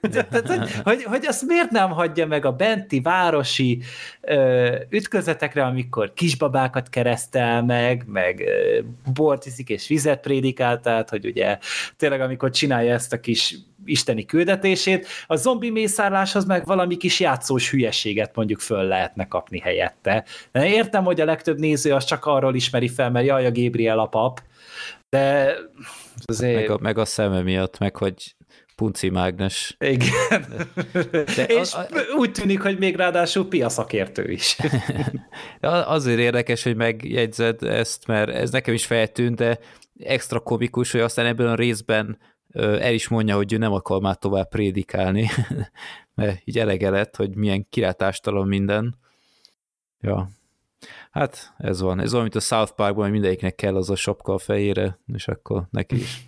Hogy azt miért nem hagyja meg a benti városi ütközetekre, amikor kisbabákat keresztel meg bort iszik és vizet prédikál, tehát hogy ugye tényleg amikor csinálja ezt a kis isteni küldetését, a zombi mészárláshoz meg valami kis játszós hülyeséget mondjuk föl lehetne kapni helyette. De értem, hogy a legtöbb néző az csak arról ismeri fel, mert jaj, a Gabriel a pap, de azért... Meg a szeme miatt, meg hogy punci mágnes. Igen. És úgy tűnik, hogy még ráadásul piaszakértő is. Azért érdekes, hogy megjegyzed ezt, mert ez nekem is feltűnt, de extra komikus, hogy aztán ebben a részben el is mondja, hogy ő nem akar már tovább prédikálni, mert így elege lett, hogy milyen kilátástalan minden. Ja. Hát ez van. Ez olyan, mint a South Parkban, hogy mindegyiknek kell az a sapka a fejére, és akkor neki is.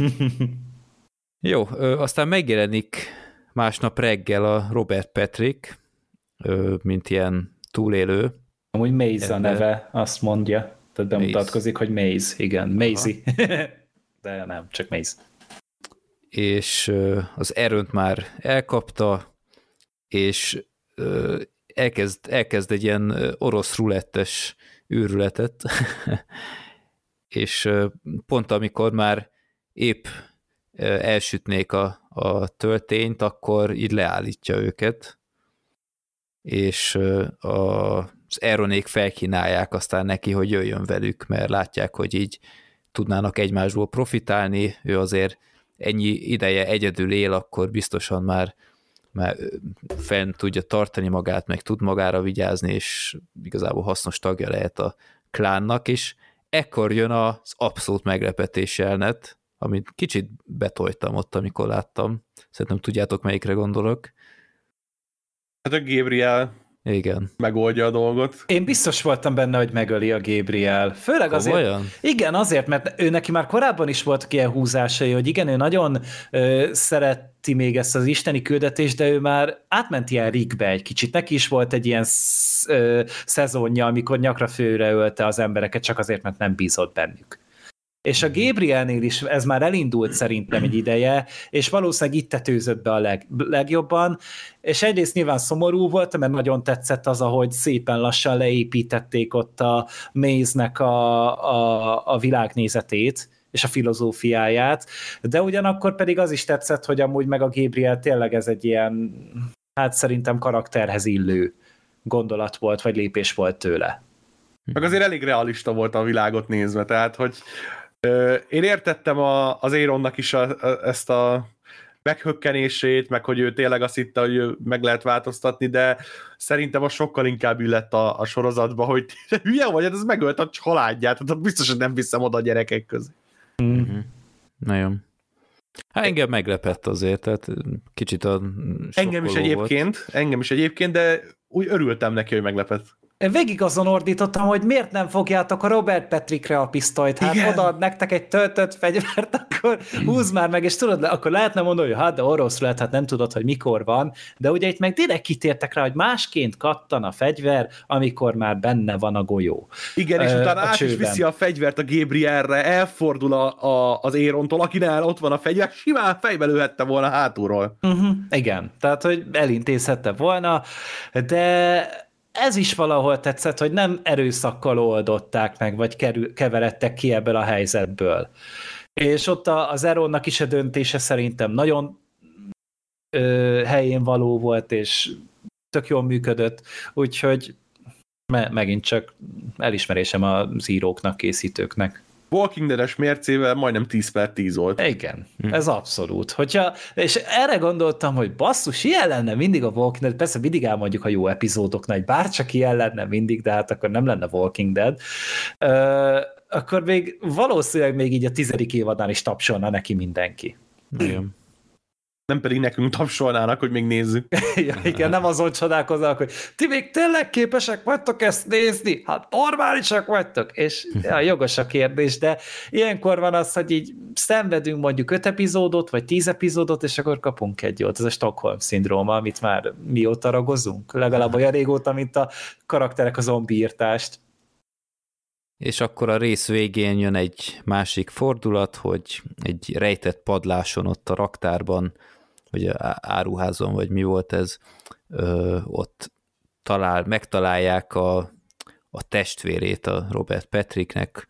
Jó, aztán megjelenik másnap reggel a Robert Patrick, mint ilyen túlélő. Amúgy Maze a neve, azt mondja. Tehát bemutatkozik, hogy Maze. Igen, Maisie. De nem, csak Maze. És az Aaront már elkapta, és elkezd egy ilyen orosz rulettes őrületet, és pont amikor már épp elsütnék a töltényt, akkor így leállítja őket, és az Aeronék felkínálják aztán neki, hogy jöjjön velük, mert látják, hogy így tudnának egymásból profitálni, ő azért ennyi ideje egyedül él, akkor biztosan már fenn tudja tartani magát, meg tud magára vigyázni, és igazából hasznos tagja lehet a klánnak, és ekkor jön az abszolút meglepetés jelenet, amit kicsit betoltam ott, amikor láttam. Szerintem tudjátok, melyikre gondolok. Hát a Gabriel Igen. megoldja a dolgot. Én biztos voltam benne, hogy megöli a Gabriel. Főleg azért, Komolyan? igen, azért, mert ő neki már korábban is voltak ilyen húzásai, hogy igen, ő nagyon szereti még ezt az isteni küldetést, de ő már átment ilyen rigbe egy kicsit. Neki is volt egy ilyen szezonja, amikor nyakra főre ölte az embereket, csak azért, mert nem bízott bennük. És a Gabrielnél is ez már elindult szerintem egy ideje, és valószínűleg itt tetőzött be a legjobban, és egyrészt nyilván szomorú volt, mert nagyon tetszett az, ahogy szépen lassan leépítették ott a Maze-nek a világnézetét, és a filozófiáját, de ugyanakkor pedig az is tetszett, hogy amúgy meg a Gabriel tényleg ez egy ilyen, hát szerintem karakterhez illő gondolat volt, vagy lépés volt tőle. Meg azért elég realista volt a világot nézve, tehát, hogy én értettem az Aaronnak is ezt a meghökkenését, meg hogy ő tényleg azt hitte, hogy ő meg lehet változtatni, de szerintem az sokkal inkább illett a sorozatba, hogy hülye vagy, ez megölt a családját, tehát biztos, hogy nem viszem oda a gyerekek közé. Mm-hmm. Nagyon. Hát engem meglepett azért, tehát kicsit a engem is egyébként, de úgy örültem neki, hogy meglepett. Én végig azon ordítottam, hogy miért nem fogjátok a Robert Patrickre a pisztolyt, hát odaad nektek egy töltött fegyvert, akkor húzd már meg, és tudod, akkor lehetne mondani, hogy hát de orosz lett, hát nem tudod, hogy mikor van, de ugye itt meg direkt kitértek rá, hogy másként kattan a fegyver, amikor már benne van a golyó. Igen, és utána át is viszi a fegyvert a Gabrielre, elfordul az Aarontól, akinál ott van a fegyver, simán fejbe lőhette volna hátulról. Igen, tehát, hogy elintézhette volna, de ez is valahol tetszett, hogy nem erőszakkal oldották meg, vagy keveredtek ki ebből a helyzetből. És ott az Aaronnak is a döntése szerintem nagyon helyén való volt, és tök jól működött, úgyhogy megint csak elismerésem az íróknak, készítőknek. Walking Dead-es mércével majdnem 10/10 volt. Igen, ez abszolút. És erre gondoltam, hogy basszus, ilyen lenne mindig a Walking Dead, persze mindig elmondjuk a jó epizódoknál, hogy bárcsak ilyen lenne mindig, de hát akkor nem lenne Walking Dead. Akkor még valószínűleg még így a 10. évadnál is tapsolna neki mindenki. Igen. Nem pedig nekünk tapsolnának, hogy még nézzük. Ja, igen, nem azon csodálkoznak, hogy ti még tényleg képesek vagytok ezt nézni? Hát normálisak vagytok? És ja, jogos a kérdés, de ilyenkor van az, hogy így szenvedünk mondjuk 5 epizódot, vagy 10 epizódot, és akkor kapunk egy jót. Ez a Stockholm-szindróma, amit már mióta ragozunk? Legalább olyan régóta, mint a karakterek a zombiírtást. És akkor a rész végén jön egy másik fordulat, hogy egy rejtett padláson ott a raktárban, vagy áruházon, vagy mi volt ez, ott megtalálják a testvérét a Robert Patricknek,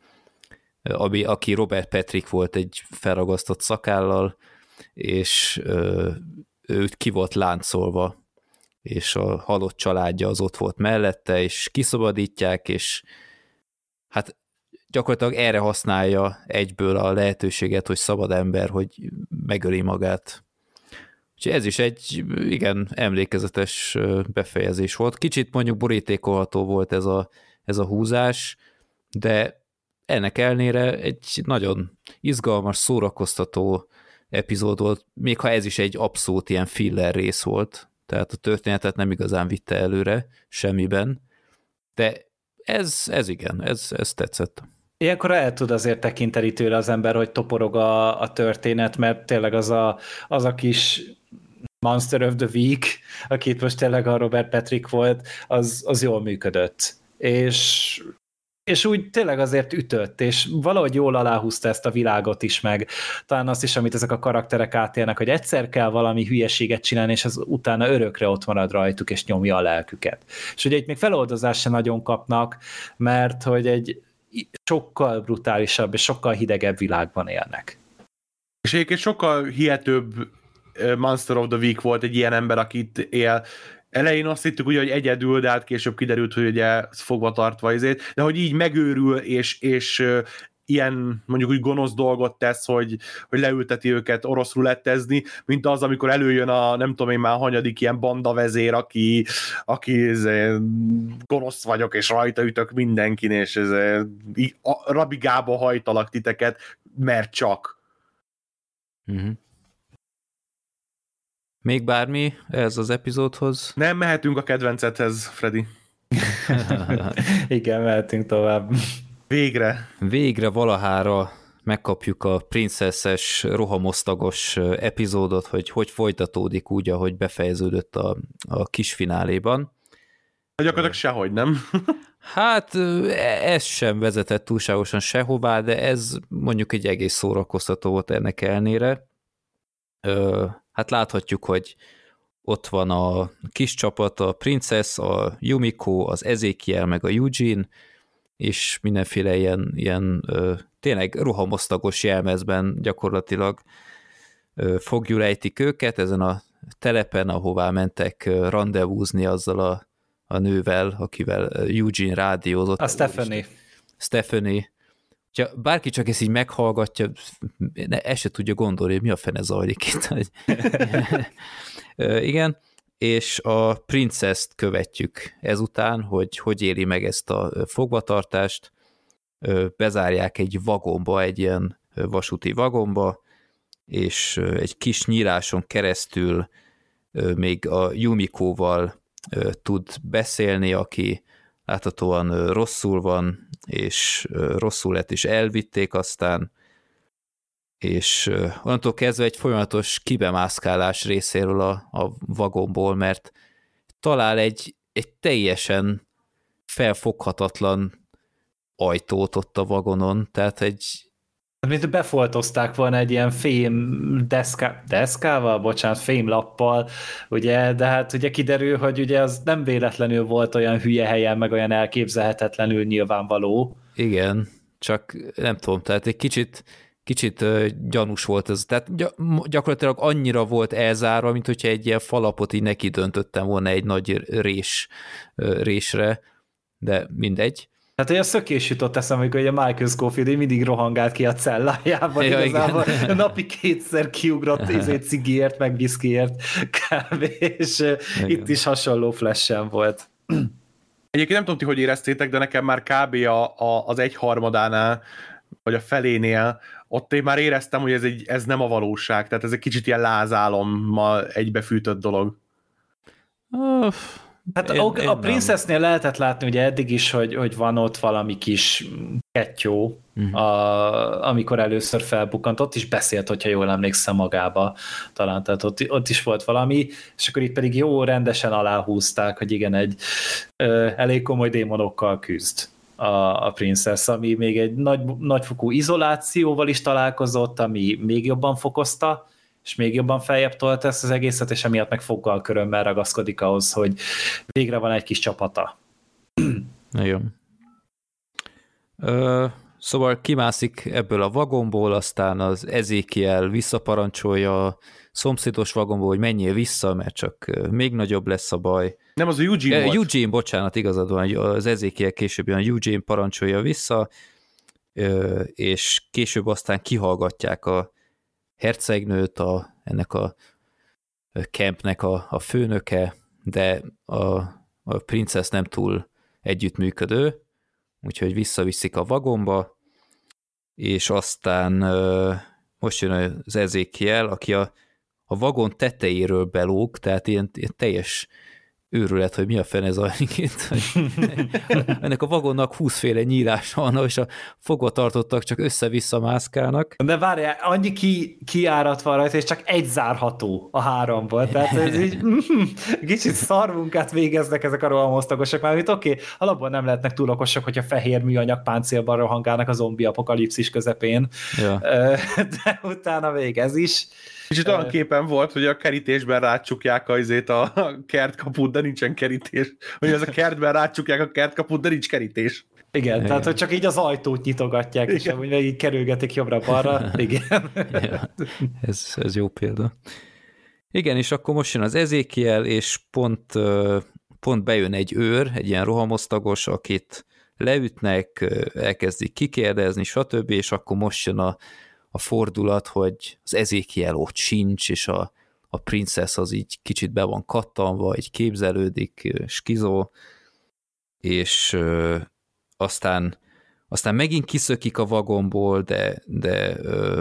aki Robert Patrick volt egy felragasztott szakállal, és őt ki volt láncolva, és a halott családja az ott volt mellette, és kiszabadítják, és hát gyakorlatilag erre használja egyből a lehetőséget, hogy szabad ember, hogy megöli magát. Úgyhogy ez is egy igen emlékezetes befejezés volt. Kicsit mondjuk borítékolható volt ez a húzás, de ennek ellenére egy nagyon izgalmas, szórakoztató epizód volt, még ha ez is egy abszolút ilyen filler rész volt, tehát a történetet nem igazán vitte előre semmiben, de ez igen, ez tetszett. Ilyenkor el tud azért tekinteni tőle az ember, hogy toporog a történet, mert tényleg az a kis Monster of the Week, akit most tényleg a Robert Patrick volt, az jól működött. És úgy tényleg azért ütött, és valahogy jól aláhúzta ezt a világot is, meg talán azt is, amit ezek a karakterek átélnek, hogy egyszer kell valami hülyeséget csinálni, és az utána örökre ott marad rajtuk, és nyomja a lelküket. És ugye itt még feloldozást sem nagyon kapnak, mert hogy egy sokkal brutálisabb és sokkal hidegebb világban élnek. És egyébként sokkal hihetőbb Monster of the Week volt egy ilyen ember, akit él. Elején azt hittük ugye, hogy egyedül, de hát később kiderült, hogy ugye fogva tartva izét, de hogy így megőrül, és ilyen mondjuk úgy gonosz dolgot tesz, hogy leülteti őket orosz rulettezni, mint az, amikor előjön a nem tudom én már hanyadik ilyen bandavezér, aki gonosz vagyok, és rajta ütök mindenkin, és a rabigába hajtalak titeket, mert csak. Uh-huh. Még bármi ez az epizódhoz? Nem, mehetünk a kedvencedhez, Freddy. Igen, mehetünk tovább. Végre valahára megkapjuk a princesses, rohamosztagos epizódot, hogy folytatódik úgy, ahogy befejeződött a kis fináléban. Gyakorlatilag sehogy, nem? Hát ez sem vezetett túlságosan sehová, de ez mondjuk egy egész szórakoztató volt ennek ellenére. Hát láthatjuk, hogy ott van a kis csapat, a Princess, a Yumiko, az Ezekiel, meg a Eugene, és mindenféle ilyen tényleg rohamosztagos jelmezben gyakorlatilag fogjulejtik őket ezen a telepen, ahová mentek randevúzni azzal a nővel, akivel Eugene rádiózott. A Stephanie. Ha bárki csak ezt így meghallgatja, ezt se tudja gondolni, hogy mi a fene zajlik itt. Igen, és a Princess-t követjük ezután, hogy éli meg ezt a fogvatartást, bezárják egy vagomba, egy ilyen vasúti vagomba, és egy kis nyíláson keresztül még a Yumikóval tud beszélni, aki láthatóan rosszul van, és rosszul lett, és elvitték aztán, és onnantól kezdve egy folyamatos kibemászkálás részéről a vagomból, mert talál egy teljesen felfoghatatlan ajtót ott a vagonon, tehát mint befoltozták volna egy ilyen fém deszkával, fémlappal, ugye, de hát ugye kiderül, hogy ugye az nem véletlenül volt olyan hülye helyen, meg olyan elképzelhetetlenül nyilvánvaló. Igen, csak nem tudom, tehát egy kicsit gyanús volt ez. Tehát gyakorlatilag annyira volt elzárva, mint hogyha egy ilyen falapot így neki döntöttem volna egy nagy résre, de mindegy. Hát olyan szökés jutott eszembe, hogy a Michael Scofield mindig rohangált ki a cellájában, ja, igazából igen. Napi 2-szer kiugrott cigiért, meg viszkiért kb. És igen. Itt is hasonló flash-en volt. Egyébként nem tudom ti, hogy éreztétek, de nekem már kb. Az 1/3-ánál, vagy a felénél, ott én már éreztem, hogy ez nem a valóság, tehát ez egy kicsit ilyen lázálommal egybefűtött dolog. Hát a Princessnél lehetett látni ugye eddig is, hogy van ott valami kis kettyó, amikor először felbukkant, ott is beszélt, hogyha jól emlékszem magába talán, tehát ott is volt valami, és akkor itt pedig jó rendesen aláhúzták, hogy igen, egy elég komoly démonokkal küzd a Princess, ami még egy nagyfokú izolációval is találkozott, ami még jobban fokozta, és még jobban feljebb tolt ezt az egészet, és emiatt meg foggal körömmel ragaszkodik ahhoz, hogy végre van egy kis csapata. Igen. Szóval kimászik ebből a vagomból, aztán az Ezekiel visszaparancsolja a szomszédos vagomból, hogy menjél vissza, mert csak még nagyobb lesz a baj. Nem, az a Eugene volt. Eugene, bocsánat, igazad van, az Ezekiel később a Eugene parancsolja vissza, és később aztán kihallgatják a hercegnőt, ennek a campnek a főnöke, de a princesz nem túl együttműködő, úgyhogy visszaviszik a vagomba, és aztán most jön az Ezekiel, aki a vagon tetejéről belóg, tehát ilyen teljes őrület, hogy mi a fene zajlik itt. Ennek a vagonnak 20 féle nyílása van, és a fogvatartottak csak össze-vissza mászkálnak. De várjál, annyi kiárat van rajta, és csak egy zárható a 3-ból. Tehát ez így kicsit szarmunkát végeznek ezek a rohamosztagosok, mert oké, alapból nem lehetnek túl okosak, hogyha fehér műanyag páncélban rohangálnak a zombi apokalipszis közepén. Ja. De utána végez is. Kicsit olyan képen volt, hogy a kerítésben rácsukják a kertkaput, de nincsen kerítés. Hogy ez a kertben rácsukják a kertkaput, de nincs kerítés. Igen, tehát hogy csak így az ajtót nyitogatják, és amúgy meg így kerülgetik jobbra-balra. Igen. Ja, ez jó példa. Igen, és akkor most jön az Ezekiel, és pont bejön egy őr, egy ilyen rohamosztagos, akit leütnek, elkezdik kikérdezni, stb., és akkor most jön a fordulat, hogy az Ezekiel ott sincs, és a princesz az így kicsit be van kattanva, így képzelődik, skizó, és aztán megint kiszökik a vagonból, de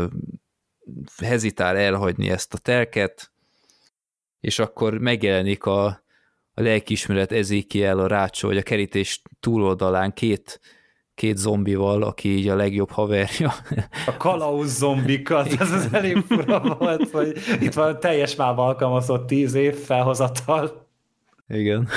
hezitál elhagyni ezt a telket, és akkor megjelenik a lelkiismeret Ezekiel a rácsó, vagy a kerítés túloldalán két zombival, aki így a legjobb haverja. A kalauz zombikat, ez az elég fura volt, hogy itt van teljes mába alkalmazott 10 év felhozattal. Igen.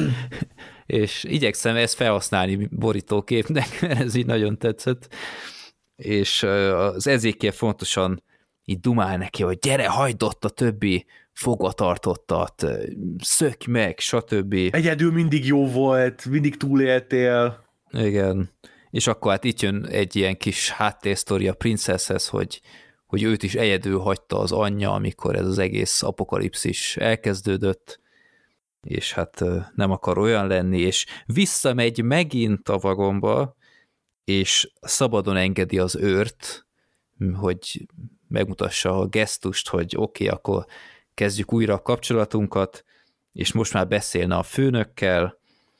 És igyekszem ezt felhasználni borítóképnek, mert ez így nagyon tetszett. És az Ezekiel fontosan így dumál neki, hogy gyere, hagyd ott a többi fogvatartottat, szökj meg, stb. Egyedül mindig jó volt, mindig túléltél. Igen. És akkor hát itt jön egy ilyen kis háttérsztori a princeszhez, hogy őt is egyedül hagyta az anyja, amikor ez az egész apokalipszis elkezdődött, és hát nem akar olyan lenni, és visszamegy megint a vagomba, és szabadon engedi az őrt, hogy megmutassa a gesztust, hogy oké, akkor kezdjük újra a kapcsolatunkat, és most már beszélne a főnökkel,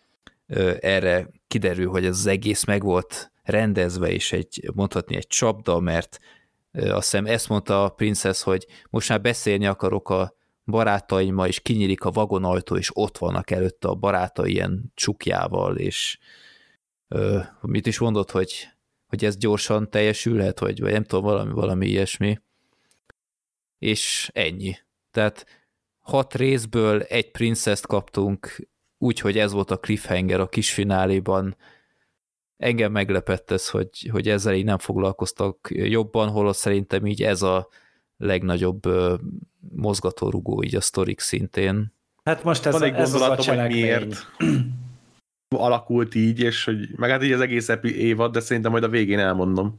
erre kiderül, hogy ez az egész meg volt rendezve, és mondhatni egy csapda, mert azt hiszem ezt mondta a princesz, hogy most már beszélni akarok a barátaimmal, és kinyílik a vagonajtó, és ott vannak előtte a barátai ilyen csukjával, és mit is mondott, hogy ez gyorsan teljesülhet, vagy nem tudom, valami ilyesmi. És ennyi. Tehát 6 részből egy princeszt kaptunk, úgyhogy ez volt a cliffhanger a kis fináléban. Engem meglepett ez, hogy ezzel így nem foglalkoztak jobban, holott szerintem így ez a legnagyobb mozgatórugó így a sztorik szintén. Hát most ez az a cselekmény. Miért alakult így, és hogy meg hát így az egész évad, de szerintem majd a végén elmondom.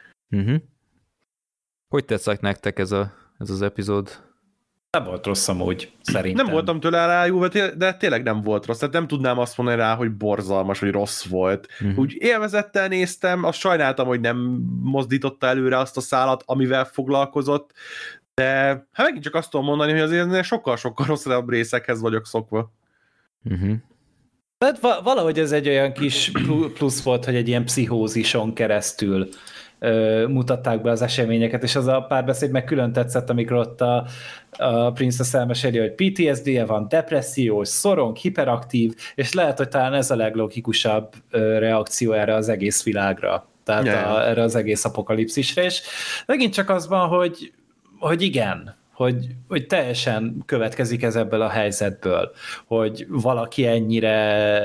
Hogy tetszett nektek ez az epizód? Nem volt rossz amúgy, szerintem. Nem voltam tőle rájúva, de tényleg nem volt rossz. Tehát nem tudnám azt mondani rá, hogy borzalmas, vagy rossz volt. Úgy élvezettel néztem, azt sajnáltam, hogy nem mozdította előre azt a szálat, amivel foglalkozott, de hát megint csak azt tudom mondani, hogy azért sokkal-sokkal rosszabb részekhez vagyok szokva. Tehát valahogy ez egy olyan kis plusz volt, hogy egy ilyen pszichózison keresztül mutatták be az eseményeket, és az a párbeszéd meg külön tetszett, amikor ott a Princess elmeséli, hogy PTSD-je van, depressziós, szorong, hiperaktív, és lehet, hogy talán ez a leglogikusabb reakció erre az egész világra, tehát erre az egész apokalipszisre, és megint csak az van, hogy igen, hogy teljesen következik ez ebből a helyzetből, hogy valaki ennyire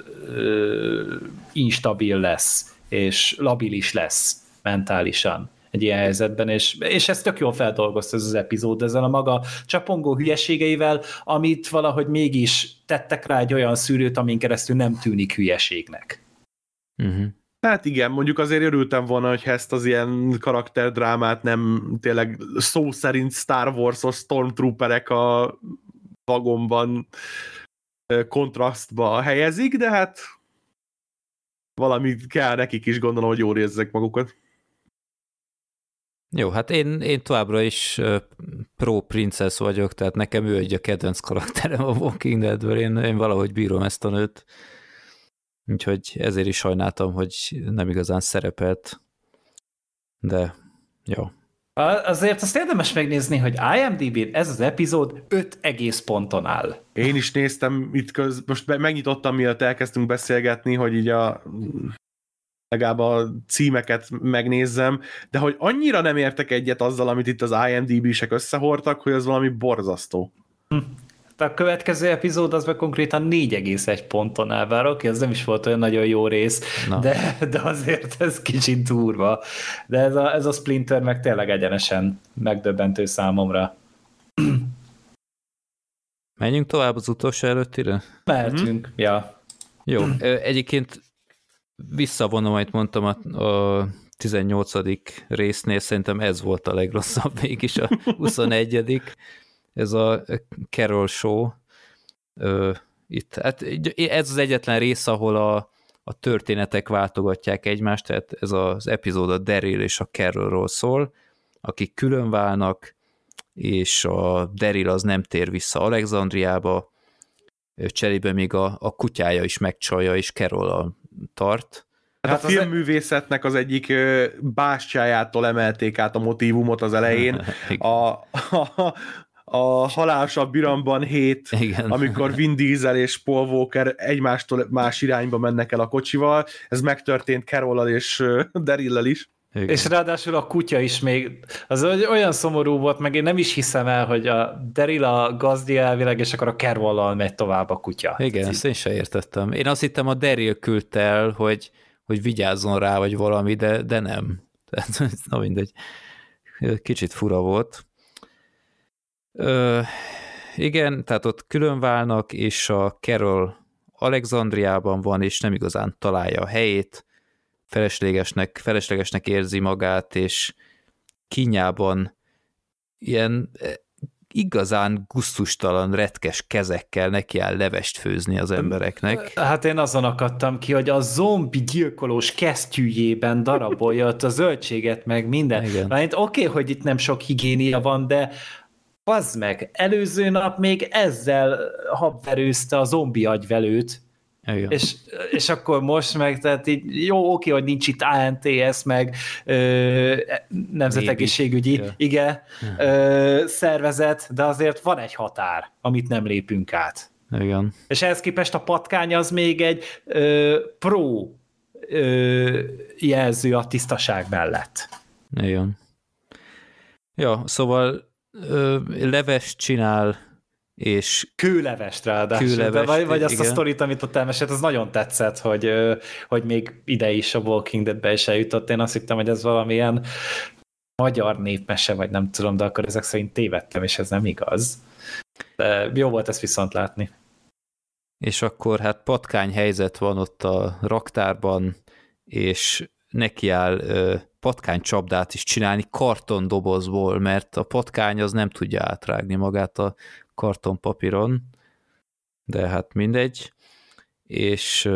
instabil lesz, és labilis lesz mentálisan egy ilyen helyzetben, és ezt tök jól feldolgozta ez az epizód ezzel a maga csapongó hülyeségeivel, amit valahogy mégis tettek rá egy olyan szűrőt, amin keresztül nem tűnik hülyeségnek. Hát igen, mondjuk azért örültem volna, hogy ezt az ilyen karakterdrámát nem tényleg szó szerint Star Wars-os Stormtrooperek a vagonban kontrasztba helyezik, de hát valamit kell nekik is, gondolom, hogy jól érzek magukat. Jó, hát én továbbra is pro princess vagyok, tehát nekem ő egy a kedvenc karakterem a Walking Deadből, én valahogy bírom ezt a nőt. Úgyhogy ezért is sajnáltam, hogy nem igazán szerepelt, de jó. Azért azt érdemes megnézni, hogy IMDb-n ez az epizód 5 egész ponton áll. Én is néztem itt most megnyitottam, mielőtt elkezdtünk beszélgetni, hogy így legalább a címeket megnézzem, de hogy annyira nem értek egyet azzal, amit itt az IMDb-sek összehordtak, hogy az valami borzasztó. A következő epizód az meg konkrétan 4,1 ponton áll, bár oké, ez nem is volt olyan nagyon jó rész, de azért ez kicsit durva. De ez a Splinter meg tényleg egyenesen megdöbbentő számomra. Menjünk tovább az utolsó előttire? Mehetünk, ja. Jó, egyébként visszavonom, amit mondtam a 18. résznél, szerintem ez volt a legrosszabb mégis a 21. Ez a Carol Show. Itt, hát ez az egyetlen rész, ahol a történetek váltogatják egymást, tehát ez az epizód a Daryl és a Carolról szól, akik külön válnak, és a Daryl az nem tér vissza Alexandriába, cserébe még a kutyája is megcsalja, és Carol-al tart. Hát a filmművészetnek az egyik bástyájától emelték át a motívumot az elején. A Halálosabb Iramban 7, igen. Amikor Vin Diesel és Paul Walker egymástól más irányba mennek el a kocsival, ez megtörtént Carol-al és Daryl-lel is. Igen. És ráadásul a kutya is még, az olyan szomorú volt, meg én nem is hiszem el, hogy a Daryl a gazdi elvileg, és akkor a Carol-al megy tovább a kutya. Igen, ezt én sem értettem. Én azt hittem, a Daryl küldte el, hogy vigyázzon rá, vagy valami, de nem. Tehát, na mindegy. Kicsit fura volt. Igen, tehát ott külön válnak, és a Carol Alexandriában van, és nem igazán találja a helyét, feleslegesnek érzi magát, és kínjában ilyen igazán gusztustalan, retkes kezekkel neki áll levest főzni az embereknek. Hát én azon akadtam ki, hogy a zombi gyilkolós kesztyűjében darabolja a zöldséget, meg minden. Oké, hogy itt nem sok higiénia van, de bazd meg, előző nap még ezzel habverőzte a zombi agyvelőt, és akkor most meg, tehát így jó, oké, hogy nincs itt ANTS, meg nemzetegészségügyi szervezet, de azért van egy határ, amit nem lépünk át. Igen. És ehhez képest a patkány az még egy pro jelző a tisztaság mellett. Igen. Ja, szóval levest csinál, és kőlevest ráadásul, vagy azt igen. A sztorit, amit ott elmesélt, az nagyon tetszett, hogy még ide is a Walking Dead-be is eljutott. Én azt hittem, hogy ez valamilyen magyar népmese, vagy nem tudom, de akkor ezek szerint tévedtem, és ez nem igaz. De jó volt ezt viszont látni. És akkor hát patkány helyzet van ott a raktárban, és nekiáll patkánycsapdát is csinálni kartondobozból, mert a patkány az nem tudja átrágni magát a kartonpapíron, de hát mindegy. És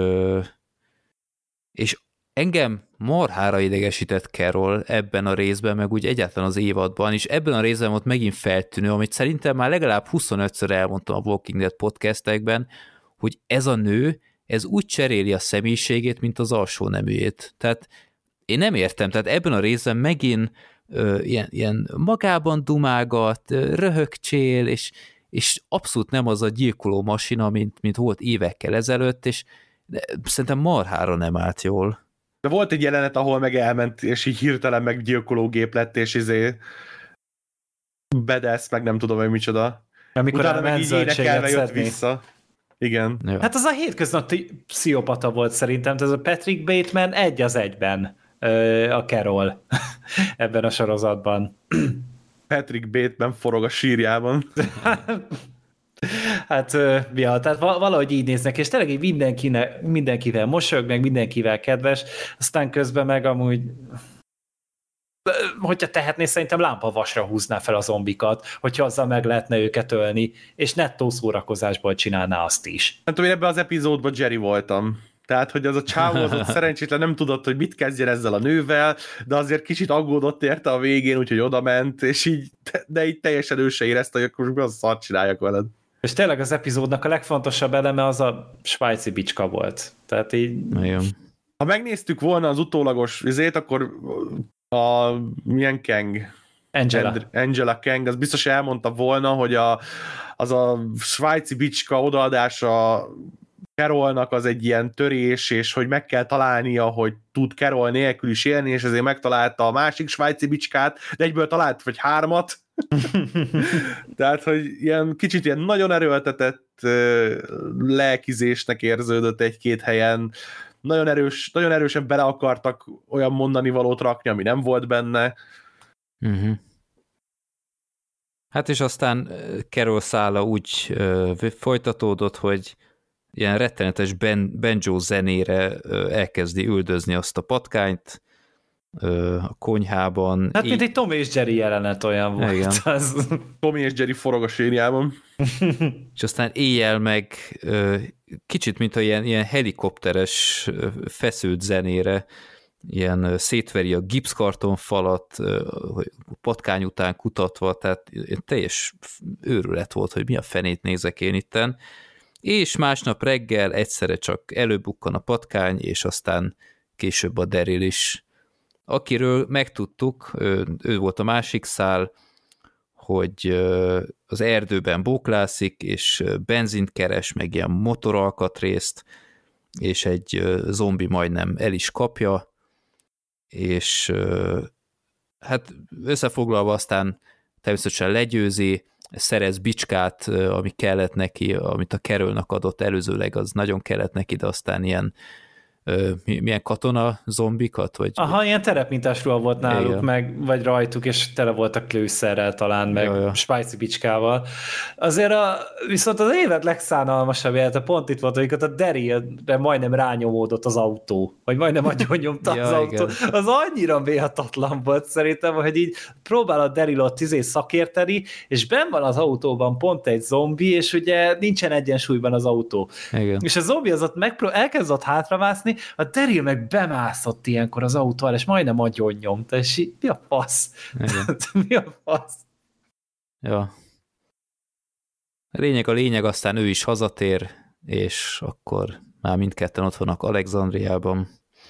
engem marhára idegesített Carol ebben a részben, meg úgy egyáltalán az évadban, és ebben a részben ott megint feltűnő, amit szerintem már legalább 25-ször elmondtam a Walking Dead podcastekben, hogy ez a nő, ez úgy cseréli a személyiségét, mint az alsó neműjét. Tehát én nem értem, tehát ebben a részben megint ilyen magában dumágat, röhögcsél, és abszolút nem az a gyilkoló masina, mint volt évekkel ezelőtt, és szerintem marhára nem állt jól. De volt egy jelenet, ahol meg elment, és így hirtelen meg gyilkológép lett, és bedesz, meg nem tudom, hogy micsoda. Amikor utána meg így énekelve jött vissza. Igen. Ja. Hát az a hétköznapi pszichopata volt szerintem, ez a Patrick Bateman egy az egyben a Carol ebben a sorozatban. Patrick Bateman forog a sírjában. Hát, ja, tehát valahogy így néznek, és tényleg így mindenkivel mosolyog, meg mindenkivel kedves, aztán közben meg amúgy, hogyha tehetné, szerintem lámpavasra húzná fel a zombikat, hogyha azzal meg lehetne őket ölni, és nettó szórakozásból csinálná azt is. Nem tudom, én ebben az epizódban Jerry voltam. Tehát, hogy az a csávó az szerencsétlen nem tudott, hogy mit kezdjen ezzel a nővel, de azért kicsit aggódott érte a végén, úgyhogy oda ment, és így, de így teljesen ő se érezte, hogy akkor mi az szart csináljak veled. És tényleg az epizódnak a legfontosabb eleme az a svájci bicska volt. Tehát így... Nagyon. Ha megnéztük volna az utólagos vizét, akkor milyen Kang? Angela Kang, az biztos elmondta volna, hogy az a svájci bicska odaadása Carolnak az egy ilyen törés, és hogy meg kell találnia, hogy tud Carol nélkül is élni, és ezért megtalálta a másik svájci bicskát, de egyből talált vagy 3. Tehát, hogy ilyen kicsit ilyen nagyon erőltetett lelkizésnek érződött egy-két helyen. Nagyon erősen bele akartak olyan mondani valót rakni, ami nem volt benne. Uh-huh. Hát és aztán Carol szála úgy folytatódott, hogy ilyen rettenetes banjo zenére elkezdi üldözni azt a patkányt a konyhában. Hát mint egy Tom és Jerry jelenet olyan volt. Igen. Az. Tommy és Jerry forog a sírjában. És aztán éjjel meg kicsit, mint a ilyen helikopteres feszült zenére, ilyen szétveri a gipszkarton falat, patkány után kutatva, tehát teljes őrület volt, hogy mi a fenét nézek én itten. És másnap reggel egyszerre csak előbukkan a patkány, és aztán később a Daryl is. Akiről megtudtuk, ő volt a másik szál, hogy az erdőben bóklászik, és benzint keres, meg ilyen motoralkatrészt, és egy zombi majdnem el is kapja, és hát összefoglalva aztán természetesen legyőzi, szerez bicskát, ami kellett neki, amit a Carolnak adott előzőleg, az nagyon kellett neki, de aztán ilyen milyen katona zombikat? Aha, ilyen terepmintás ruha volt náluk, igen. meg, vagy rajtuk, és tele voltak lőszerrel talán, meg spicy bicskával. Azért viszont az évad legszánalmasabb jelente pont itt volt, amikor a Darylre majdnem rányomódott az autó, vagy majdnem agyonnyomta az autó. Igen. Az annyira méhatatlan volt szerintem, hogy így próbál a Daryl ott szakérteni, és benn van az autóban pont egy zombi, és ugye nincsen egyensúlyban az autó. Igen. És a zombi az ott elkezdett hátramászni, a Daryl meg bemászott ilyenkor az autóval, és majdnem agyonnyomta, és mi a fasz? Mi a fasz? Ja. A lényeg, aztán ő is hazatér, és akkor már mindketten ott vannak Alexandriában.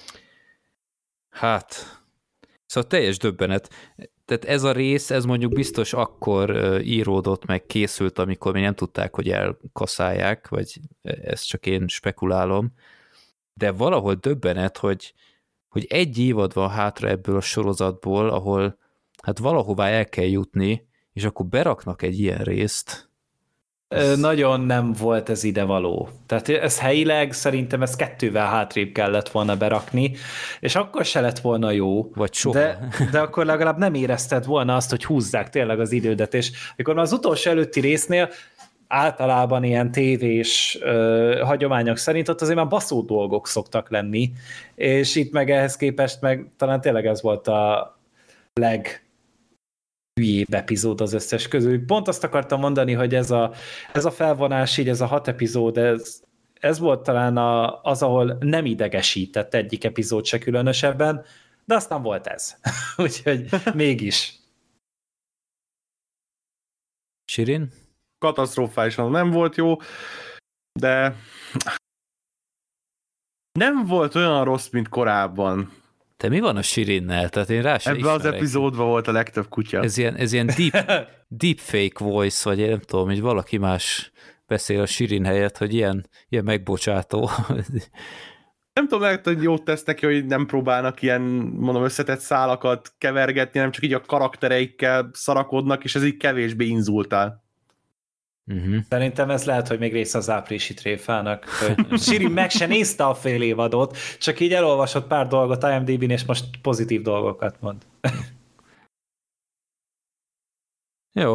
Hát, szóval teljes döbbenet. Tehát ez a rész, ez mondjuk biztos akkor íródott, meg készült, amikor még nem tudták, hogy elkaszálják, vagy ezt csak én spekulálom, de valahol döbbenet, hogy egy évad van hátra ebből a sorozatból, ahol hát valahová el kell jutni, és akkor beraknak egy ilyen részt. Nagyon nem volt ez idevaló. Tehát ez helyileg szerintem ez 2-vel hátrébb kellett volna berakni, és akkor se lett volna jó. Vagy soha. De akkor legalább nem érezted volna azt, hogy húzzák tényleg az idődet, és amikor az utolsó előtti résznél általában ilyen tévés hagyományok szerint ott azért már baszó dolgok szoktak lenni, és itt meg ehhez képest meg talán tényleg ez volt a leghülyébb epizód az összes közül. Pont azt akartam mondani, hogy ez a felvonás, így ez a 6 epizód, ez volt talán az, ahol nem idegesített egyik epizód se különösebben, de aztán volt ez. Úgyhogy mégis. Sirin? Katasztrofálisan nem volt jó, de nem volt olyan rossz, mint korábban. Te mi van a Sirinnel? Tehát én rá sem ebben az epizódban volt a legtöbb kutya. Ez ilyen deepfake voice, vagy én nem tudom, hogy valaki más beszél a Sirin helyett, hogy ilyen megbocsátó. Nem tudom, lehet, hogy jót tesz neki, hogy nem próbálnak ilyen, mondom, összetett szálakat kevergetni, nem csak így a karaktereikkel szarakodnak, és ez így kevésbé inzultál. Szerintem ez lehet, hogy még része az áprilisi tréfának, hogy Sirin meg se nézte a fél évadot, csak így elolvasott pár dolgot IMDb-n, és most pozitív dolgokat mond. Jó.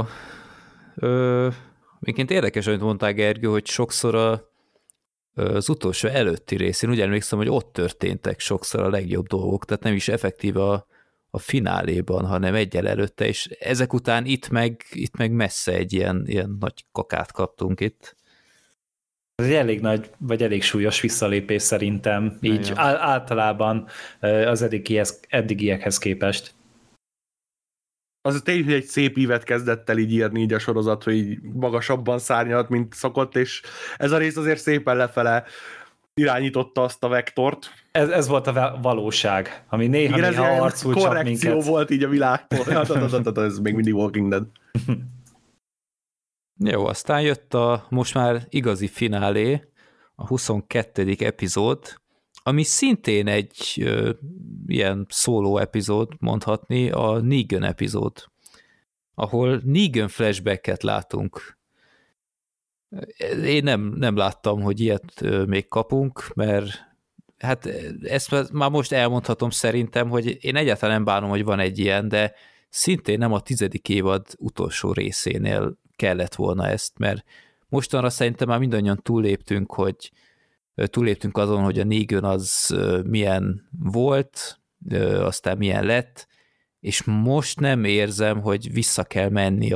Miként érdekes, amit mondtál, Gergő, hogy sokszor az utolsó előtti részén úgy emlékszem, hogy ott történtek sokszor a legjobb dolgok, tehát nem is effektív a fináléban, hanem egyel előtte, és ezek után itt meg messze egy ilyen nagy kakát kaptunk itt. Ez egy elég nagy, vagy elég súlyos visszalépés szerintem, így általában az eddigiekhez képest. Az tényleg, hogy egy szép ívet kezdett el így írni így a sorozat, hogy így magasabban szárnyalt, mint szokott, és ez a rész azért szépen lefele irányította azt a vektort. Ez volt a valóság, ami néha arcul csap minket. Korrekció volt így a világtól. Ez még mindig Walking Dead. Jó, aztán jött a most már igazi finálé, a 22. epizód, ami szintén egy ilyen szóló epizód, mondhatni, a Negan epizód, ahol Negan flashbacket látunk. Én nem láttam, hogy ilyet még kapunk, mert hát ezt már most elmondhatom szerintem, hogy én egyáltalán nem bánom, hogy van egy ilyen, de szintén nem a 10. évad utolsó részénél kellett volna ezt, mert mostanra szerintem már mindannyian túlléptünk azon, hogy a Negan az milyen volt, aztán milyen lett, és most nem érzem, hogy vissza kell menni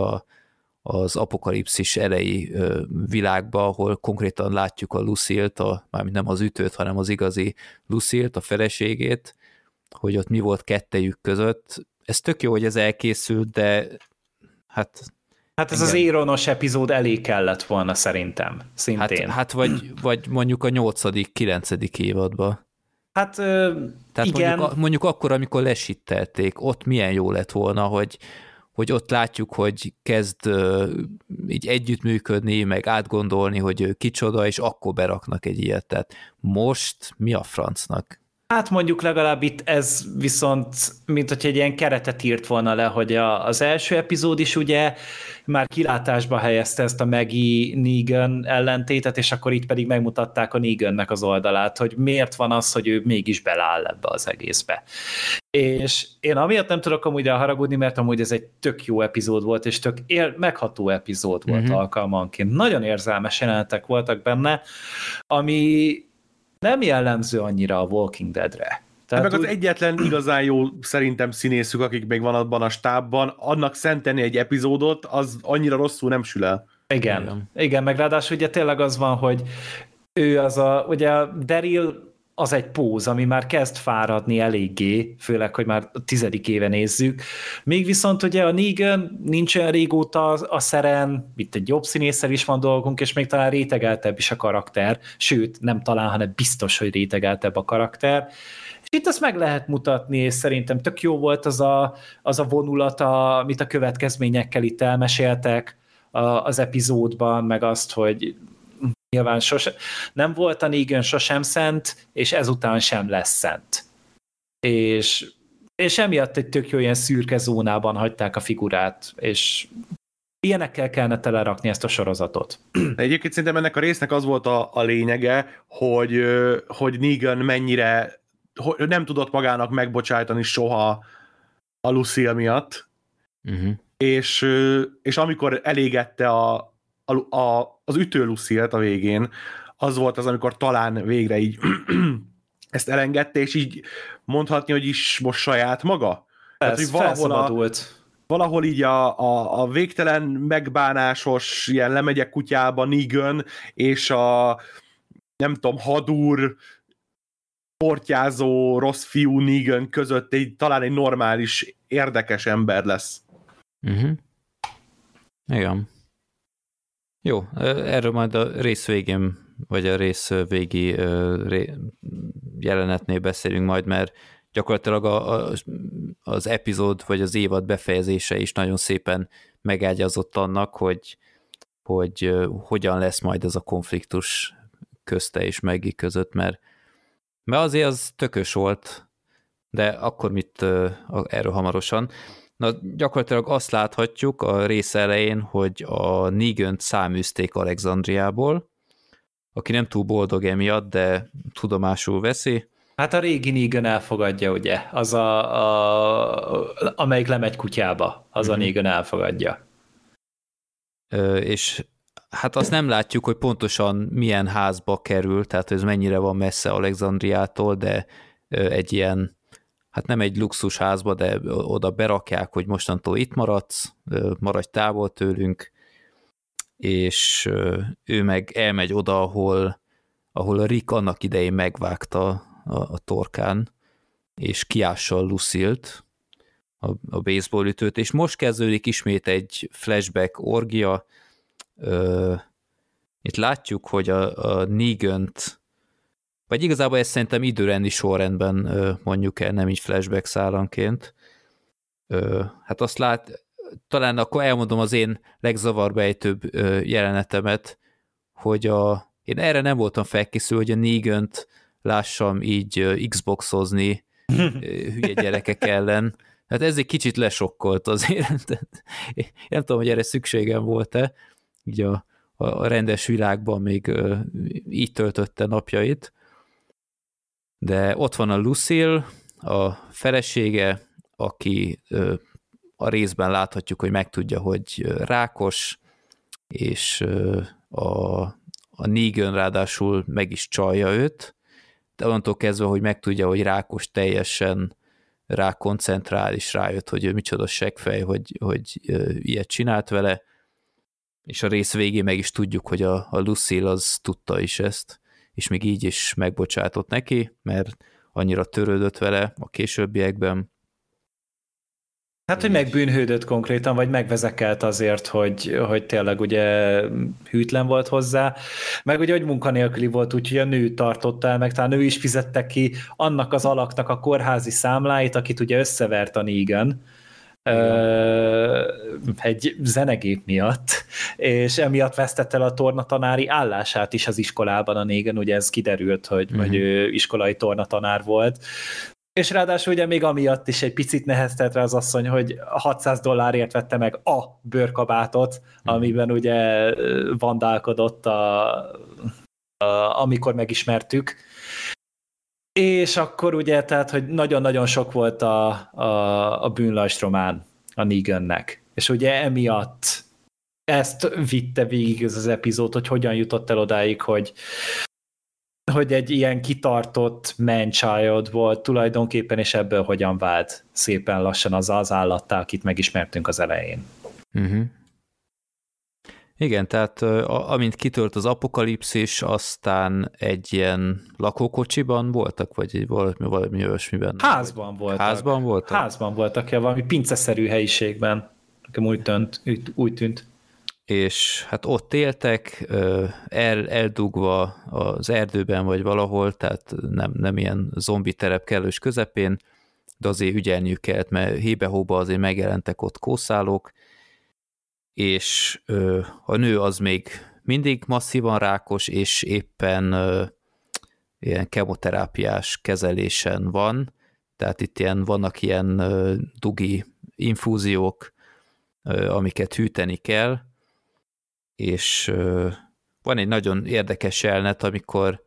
az apokalipszis elejé világba, ahol konkrétan látjuk a Lucille-t, mármint nem az ütőt, hanem az igazi Lucille-t, a feleségét, hogy ott mi volt kettejük között. Ez tök jó, hogy ez elkészült, de hát ez az Éronos epizód elég kellett volna szerintem, szintén. Hát vagy mondjuk a 8.-9. évadban. Hát tehát igen. mondjuk akkor, amikor lesittelték, ott milyen jó lett volna, hogy ott látjuk, hogy kezd így együttműködni, meg átgondolni, hogy ő kicsoda, és akkor beraknak egy ilyet. Tehát most mi a francnak? Hát mondjuk legalább itt ez viszont, mint hogy egy ilyen keretet írt volna le, hogy az első epizód is ugye már kilátásba helyezte ezt a Maggie Negan ellentétet, és akkor itt pedig megmutatták a Negannek az oldalát, hogy miért van az, hogy ő mégis beleáll ebbe az egészbe. És én amiatt nem tudok amúgy elharagudni, mert amúgy ez egy tök jó epizód volt, és tök megható epizód volt alkalmanként. Nagyon érzelmes jelenetek voltak benne, ami nem jellemző annyira a Walking Deadre. Tehát meg az egyetlen igazán jó szerintem színészük, akik még van abban a stábban, annak szentelni egy epizódot, az annyira rosszul nem sül el. Igen, meg ráadásul ugye tényleg az van, hogy ő ugye a Daryl az egy póz, ami már kezd fáradni eléggé, főleg, hogy már a 10. éve nézzük. Még viszont ugye a Negan nincs olyan régóta a szeren, itt egy jobb színésszel is van dolgunk, és még talán rétegeltebb is a karakter, sőt, nem talán, hanem biztos, hogy rétegeltebb a karakter. És itt azt meg lehet mutatni, és szerintem tök jó volt az a vonulat, amit a következményekkel itt elmeséltek az epizódban, meg azt, hogy nyilván nem volt a Negan sosem szent, és ezután sem lesz szent. És emiatt egy tök jó ilyen szürke zónában hagyták a figurát, és ilyenekkel kellene telerakni ezt a sorozatot. De egyébként szerintem ennek a résznek az volt a lényege, hogy Negan mennyire nem tudott magának megbocsájtani soha a Lucille miatt, és amikor elégette az ütő Lucille-t a végén, az volt az, amikor talán végre így ezt elengedte, és így mondhatni, hogy is most saját maga. Ez felszabadult. Valahol így a végtelen megbánásos ilyen lemegyek kutyába Negan, és a nem tudom, hadúr portyázó rossz fiú Negan között talán egy normális, érdekes ember lesz. Igen. Jó, erről majd a rész végén, vagy a rész végi jelenetnél beszélünk majd, mert gyakorlatilag az epizód, vagy az évad befejezése is nagyon szépen megágyazott annak, hogy hogyan lesz majd ez a konfliktus közte és Maggie között, mert azért az tökös volt, de akkor mit erről hamarosan. Na, gyakorlatilag azt láthatjuk a rész elején, hogy a Negant száműzték Alexandriából, aki nem túl boldog emiatt, de tudomásul veszi. Hát a régi Negan elfogadja, ugye? Az amelyik lemegy kutyába, az a Negan elfogadja. És hát azt nem látjuk, hogy pontosan milyen házba kerül, tehát ez mennyire van messze Alexandriától, de egy ilyen, hát nem egy luxusházba, de oda berakják, hogy mostantól itt maradsz, maradj távol tőlünk, és ő meg elmegy oda, ahol a Rick annak idején megvágta a torkán, és kiássa a Lucille-t, a baseballütőt, és most kezdődik ismét egy flashback orgia. Itt látjuk, hogy a Negant, vagy igazából ezt szerintem időrendi sorrendben mondjuk el, nem így flashback szálanként. Hát azt talán akkor elmondom az én legzavarbejtőbb jelenetemet, hogy én erre nem voltam felkészülve, hogy a Negant lássam így Xboxozni hülye gyerekek ellen. Hát ez egy kicsit lesokkolt azért. Én nem tudom, hogy erre szükségem volt-e, így a rendes világban még így töltötte napjait. De ott van a Lucille, a felesége, aki a részben láthatjuk, hogy megtudja, hogy rákos, és a Negan ráadásul meg is csalja őt, de onnantól kezdve, hogy megtudja, hogy Rákos teljesen rákoncentrál, és rájött, hogy ő micsoda seggfej, hogy ilyet csinált vele, és a rész végén meg is tudjuk, hogy a Lucille az tudta is ezt, és még így is megbocsátott neki, mert annyira törődött vele a későbbiekben. Hát, hogy megbűnhődött konkrétan, vagy megvezekelt azért, hogy tényleg ugye hűtlen volt hozzá, meg ugye, hogy munkanélküli volt, úgyhogy a nő tartotta el, meg talán ő is fizette ki annak az alaknak a kórházi számláit, akit ugye összevert a Negan egy zenegép miatt, és emiatt vesztette el a tornatanári állását is az iskolában a Negan, ugye ez kiderült, hogy ő iskolai tornatanár volt, és ráadásul ugye még amiatt is egy picit neheztelt rá az asszony, hogy $600 vette meg a bőrkabátot, amiben ugye vandálkodott amikor megismertük. És akkor ugye, tehát, hogy nagyon-nagyon sok volt a bűnlajstromán a Negannek. És ugye emiatt ezt vitte végig ez az epizód, hogy hogyan jutott el odáig, hogy egy ilyen kitartott man-child volt tulajdonképpen, és ebből hogyan vált szépen lassan az állattá, akit megismertünk az elején. Uh-huh. Igen, tehát amint kitölt az apokalipszis, aztán egy ilyen lakókocsiban voltak, vagy valami olyasmiben? Házban voltak. Házban voltak? Házban voltak, ja, valami pinceszerű helyiségben. Nekem úgy tűnt. És hát ott éltek, eldugva az erdőben, vagy valahol, tehát nem ilyen zombi terep kellős közepén, de azért ügyelniük kellett, mert hébe-hóba azért megjelentek ott kószálók, és a nő az még mindig masszívan rákos, és éppen ilyen kemoterápiás kezelésen van, tehát itt vannak ilyen dugi infúziók, amiket hűteni kell, és van egy nagyon érdekes jelenet, amikor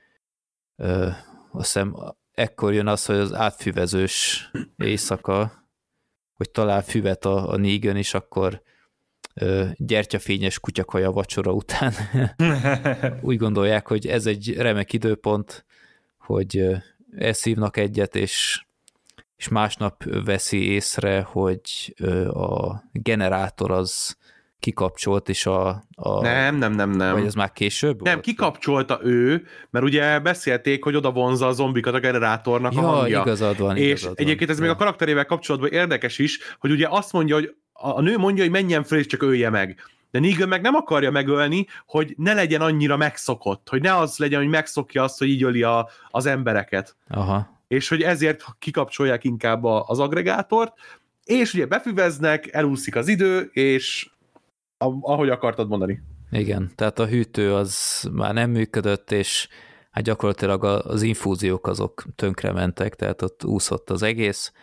azt hiszem ekkor jön az, hogy az átfüvezős éjszaka, hogy talál füvet a Negan, és akkor gyertyafényes kutyakaja vacsora után úgy gondolják, hogy ez egy remek időpont, hogy elszívnak egyet, és másnap veszi észre, hogy a generátor az kikapcsolt, és Nem. Vagy ez már később Nem, volt? kikapcsolta ő, mert ugye beszélték, hogy oda vonza a zombikat a generátornak a hangja. Igazad van. És egyébként ez még a karakterével kapcsolatban érdekes is, hogy ugye azt mondja, hogy a nő mondja, hogy menjen fel, és csak ölje meg. De Negan meg nem akarja megölni, hogy ne legyen annyira megszokott, hogy ne az legyen, hogy megszokja azt, hogy így öli az embereket. Aha. És hogy ezért kikapcsolják inkább az agregátort, és ugye befüveznek, elúszik az idő, és ahogy akartad mondani. Igen, tehát a hűtő az már nem működött, és hát gyakorlatilag az infúziók azok tönkrementek, tehát ott úszott az egész,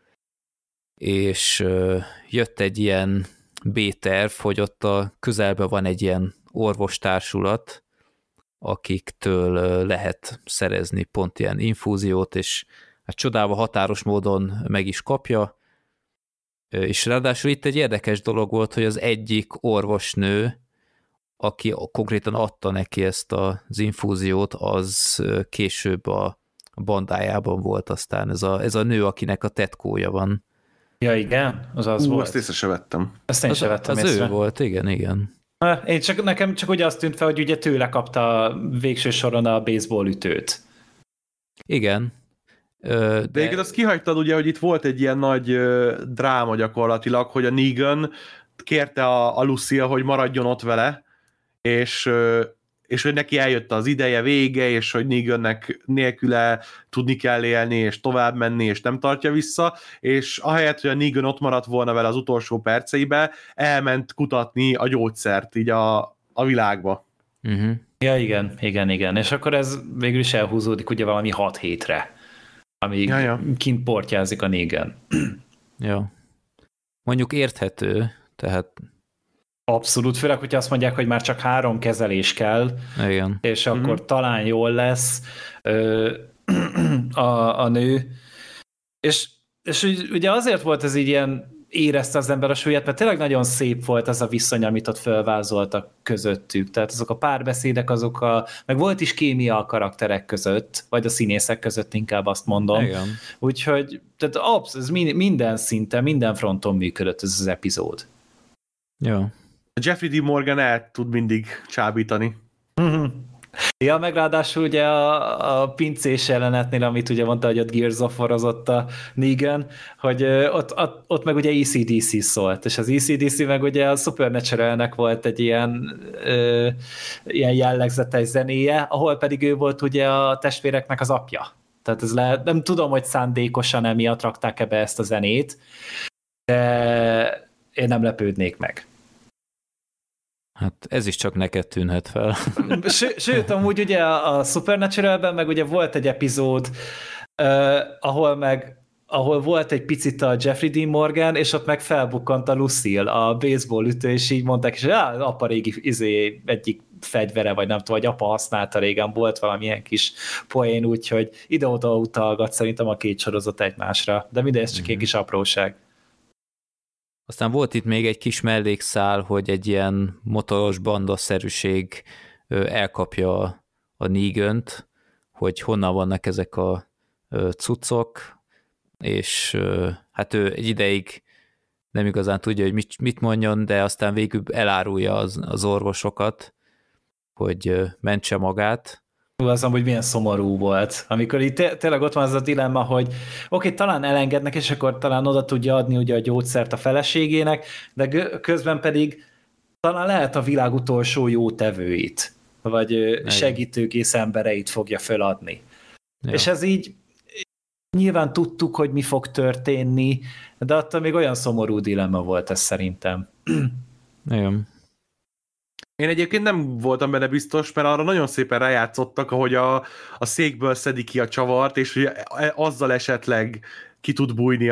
és jött egy ilyen B-terv, hogy ott a közelben van egy ilyen orvostársulat, akiktől lehet szerezni pont ilyen infúziót, és hát csodálva határos módon meg is kapja, és ráadásul itt egy érdekes dolog volt, hogy az egyik orvosnő, aki konkrétan adta neki ezt az infúziót, az később a bandájában volt aztán ez a nő, akinek a tetkója van. Ja, igen, az volt. Ezt észre se vettem. Ezt én se vettem az észre. ő volt, igen. Nekem csak ugye azt tűnt fel, hogy ugye tőle kapta végső soron a baseball ütőt. Igen. De egyébként azt kihagytad ugye, hogy itt volt egy ilyen nagy dráma gyakorlatilag, hogy a Negan kérte a Lucille, hogy maradjon ott vele, és hogy neki eljött az ideje, vége, és hogy Negannek nélküle tudni kell élni, és tovább menni, és nem tartja vissza, és ahelyett, hogy a Negan ott maradt volna vele az utolsó perceibe, elment kutatni a gyógyszert így a világba. Uh-huh. Ja, igen. És akkor ez végül is elhúzódik ugye valami 6 hétre, amíg kint portyázik a Negan. Ja. Mondjuk érthető, tehát abszolút, főleg, hogyha azt mondják, hogy már csak 3 kezelés kell, igen. És akkor talán jól lesz a nő. És ugye azért volt ez így ilyen érezte az ember a súlyát, mert tényleg nagyon szép volt az a viszony, amit ott felvázoltak közöttük. Tehát azok a párbeszédek, meg volt is kémia a karakterek között, vagy a színészek között, inkább azt mondom. Igen. Úgyhogy tehát ez minden szinten, minden fronton működött ez az epizód. Jó. Jeffrey Dean Morgan el tud mindig csábítani. Ja, meg ráadásul ugye a pincés jelenetnél, amit ugye mondta, hogy ott Gears of War-ozott a Negan, hogy ott meg ugye AC/DC szólt, és az AC/DC meg ugye a Supernatural-nek volt egy ilyen jellegzetes zenéje, ahol pedig ő volt ugye a testvéreknek az apja. Tehát ez nem tudom, hogy szándékosan emiatt rakták be ezt a zenét, de én nem lepődnék meg. Hát ez is csak neked tűnhet fel. Sőt, amúgy ugye a Supernatural-ben meg ugye volt egy epizód, ahol volt egy picit a Jeffrey Dean Morgan, és ott meg felbukkant a Lucille, a baseball ütő, és így mondták, és az apa régi egyik fegyvere, vagy nem tudom, vagy apa használta régen, volt valamilyen kis poén, úgyhogy ide-oda utalgat szerintem a két sorozat egymásra, de mindez csak egy kis apróság. Aztán volt itt még egy kis mellékszál, hogy egy ilyen motoros bandaszerűség elkapja a Negant, hogy honnan vannak ezek a cuccok, és hát ő egy ideig nem igazán tudja, hogy mit mondjon, de aztán végül elárulja az orvosokat, hogy mentse magát. Az amúgy milyen szomorú volt, amikor itt tényleg ott van az a dilemma, hogy oké, talán elengednek, és akkor talán oda tudja adni ugye a gyógyszert a feleségének, de közben pedig talán lehet a világ utolsó jó tevőit, vagy segítőkész embereit fogja feladni. Ja. És ez így nyilván tudtuk, hogy mi fog történni, de attól még olyan szomorú dilemma volt ez szerintem. Igen. Én egyébként nem voltam benne biztos, mert arra nagyon szépen rájátszottak, ahogy a székből szedi ki a csavart, és hogy azzal esetleg ki tud bújni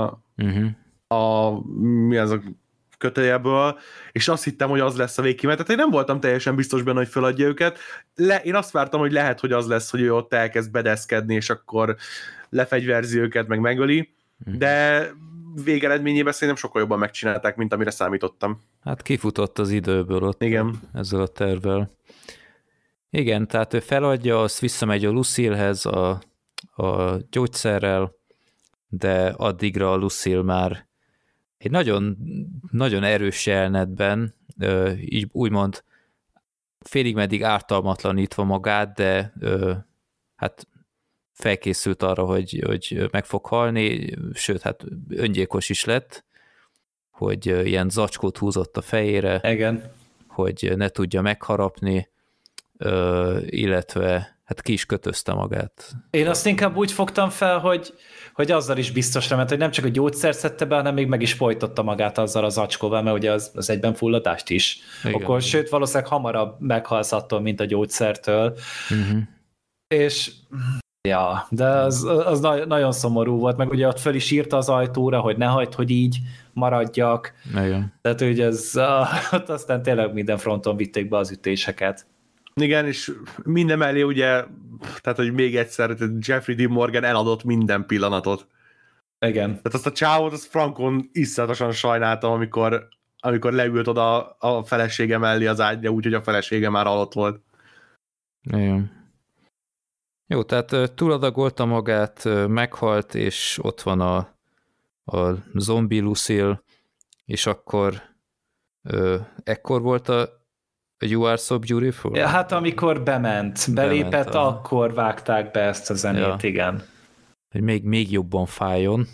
mi az a kötőjelből, és azt hittem, hogy az lesz a végkimenet. Tehát én nem voltam teljesen biztos benne, hogy feladja őket. Én azt vártam, hogy lehet, hogy az lesz, hogy ő ott elkezd bedeszkedni, és akkor lefegyverzi őket, meg megöli, de végeredményében szerintem sokkal jobban megcsinálták, mint amire számítottam. Hát kifutott az időből ott. Igen. Ezzel a tervvel. Igen, tehát ő feladja, azt visszamegy a Lucillehez a gyógyszerrel, de addigra a Lucille már egy nagyon, nagyon erős jelenetben, így úgymond félig meddig ártalmatlanítva magát, de hát felkészült arra, hogy meg fog halni, sőt, hát öngyilkos is lett, hogy ilyen zacskót húzott a fejére, igen, hogy ne tudja megharapni, illetve hát ki is kötözte magát. Én azt inkább úgy fogtam fel, hogy azzal is biztosra ment, hogy nem csak a gyógyszert szedte be, hanem még meg is folytotta magát azzal az zacskóval, mert ugye az egyben fulladást is. Igen. Akkor sőt, valószínűleg hamarabb meghalsz attól, mint a gyógyszertől. És ja, de az nagyon szomorú volt, meg ugye ott föl is írta az ajtóra, hogy ne hagyd, hogy így maradjak. Igen. Tehát ugye ott aztán tényleg minden fronton vitték be az ütéseket. Igen, és minden mellé ugye, tehát hogy még egyszer, Jeffrey Dean Morgan eladott minden pillanatot. Igen. Tehát azt a csávót, azt frankon iszonyatosan sajnáltam, amikor leült oda a felesége mellé az ágyra, úgyhogy a felesége már halott volt. Igen. Jó, tehát túladagolta magát, meghalt, és ott van a zombi Lucille, és akkor ekkor volt a You Are So Beautiful? Ja, hát amikor belépett, akkor vágták be ezt a zenét, ja. Igen. Hogy még jobban fájjon,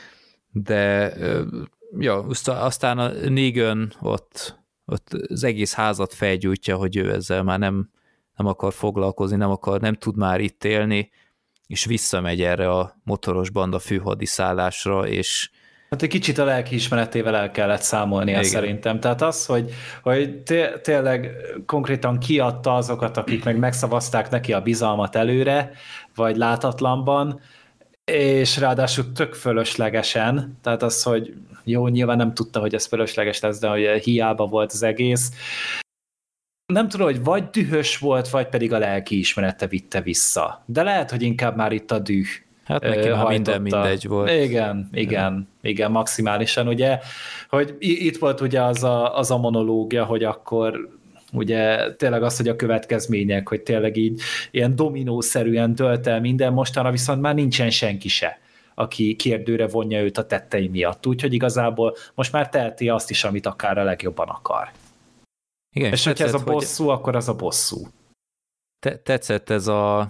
de ja, aztán a Negan ott az egész házat felgyújtja, hogy ő ezzel már nem akar foglalkozni, nem tud már itt élni, és visszamegy erre a motoros banda főhadiszállásra, és hát egy kicsit a lelkiismeretével el kellett számolnia szerintem. Tehát az, hogy tényleg konkrétan kiadta azokat, akik meg megszavazták neki a bizalmat előre, vagy látatlanban, és ráadásul tök fölöslegesen, tehát az, hogy jó, nyilván nem tudta, hogy ez fölösleges lesz, de hogy hiába volt az egész. Nem tudom, hogy vagy dühös volt, vagy pedig a lelkiismerete vitte vissza. De lehet, hogy inkább már itt a düh. Hát neki már minden mindegy volt. Igen, maximálisan, ugye, hogy itt volt ugye az a monológia, hogy akkor ugye tényleg az, hogy a következmények, hogy tényleg így ilyen dominószerűen tölt el minden, mostanra viszont már nincsen senki se, aki kérdőre vonja őt a tettei miatt. Úgyhogy igazából most már teheti azt is, amit akár a legjobban akar. Igen, és hogyha ez a bosszú, akkor az a bosszú. Tetszett ez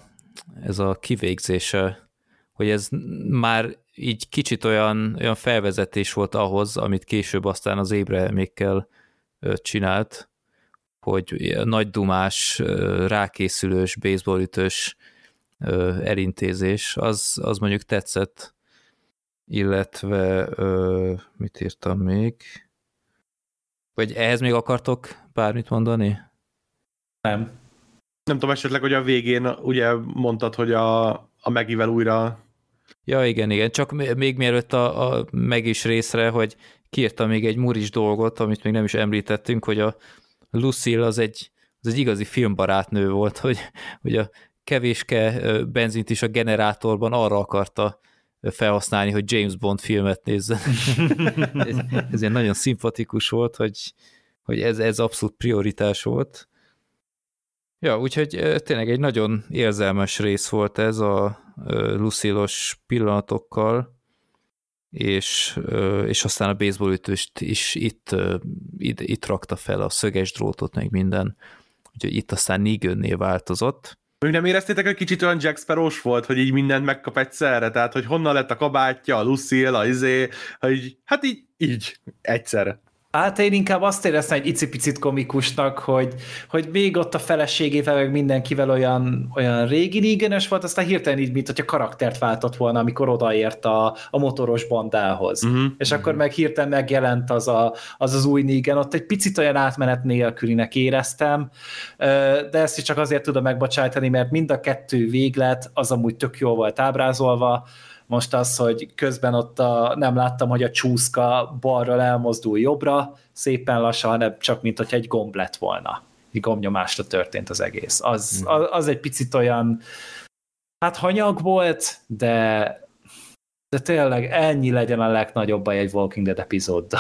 a kivégzése, hogy ez már így kicsit olyan felvezetés volt ahhoz, amit később aztán az Abrahamékkel csinált, hogy nagy dumás, rákészülős, baseballütős elintézés, az mondjuk tetszett, illetve mit írtam még? Vagy ehhez még akartok bármit mondani? Nem. Nem tudom, esetleg, hogy a végén ugye mondtad, hogy a Maggie-vel újra... Ja, igen, csak még mielőtt a Maggie-s részre, hogy kiírtam még egy muris dolgot, amit még nem is említettünk, hogy a Lucille az egy igazi filmbarátnő volt, hogy a kevéske benzint is a generátorban arra akarta felhasználni, hogy James Bond filmet nézzen. Ez ilyen nagyon szimpatikus volt, hogy ez abszolút prioritás volt. Ja, úgyhogy tényleg egy nagyon érzelmes rész volt ez a Lucille-os pillanatokkal, és aztán a baseballütőst is itt rakta fel, a szöges drótot, meg minden. Úgyhogy itt aztán Neganné változott. Még nem éreztétek, hogy kicsit olyan Jack Sparrow-s volt, hogy így mindent megkap egyszerre? Tehát, hogy honnan lett a kabátja, a Lucille, hogy hát így egyszerre. Hát én inkább azt éreztem egy icipicit komikusnak, hogy még ott a feleségével, meg mindenkivel olyan régi Negan-ös volt, aztán hirtelen így, mint hogyha karaktert váltott volna, amikor odaért a motoros bandához. És akkor meg hirtelen megjelent az új Negan, ott egy picit olyan átmenet nélkülinek éreztem, de ezt is csak azért tudom megbocsájtani, mert mind a kettő véglet az amúgy tök jól volt ábrázolva. Most az, hogy közben ott nem láttam, hogy a csúszka balra elmozdul jobbra, szépen lassan, hanem csak mint hogy egy gomb lett volna. Egy gombnyomásra történt az egész. Az egy picit olyan, hát hanyag volt, de tényleg ennyi legyen a legnagyobb baj egy Walking Dead epizóddal.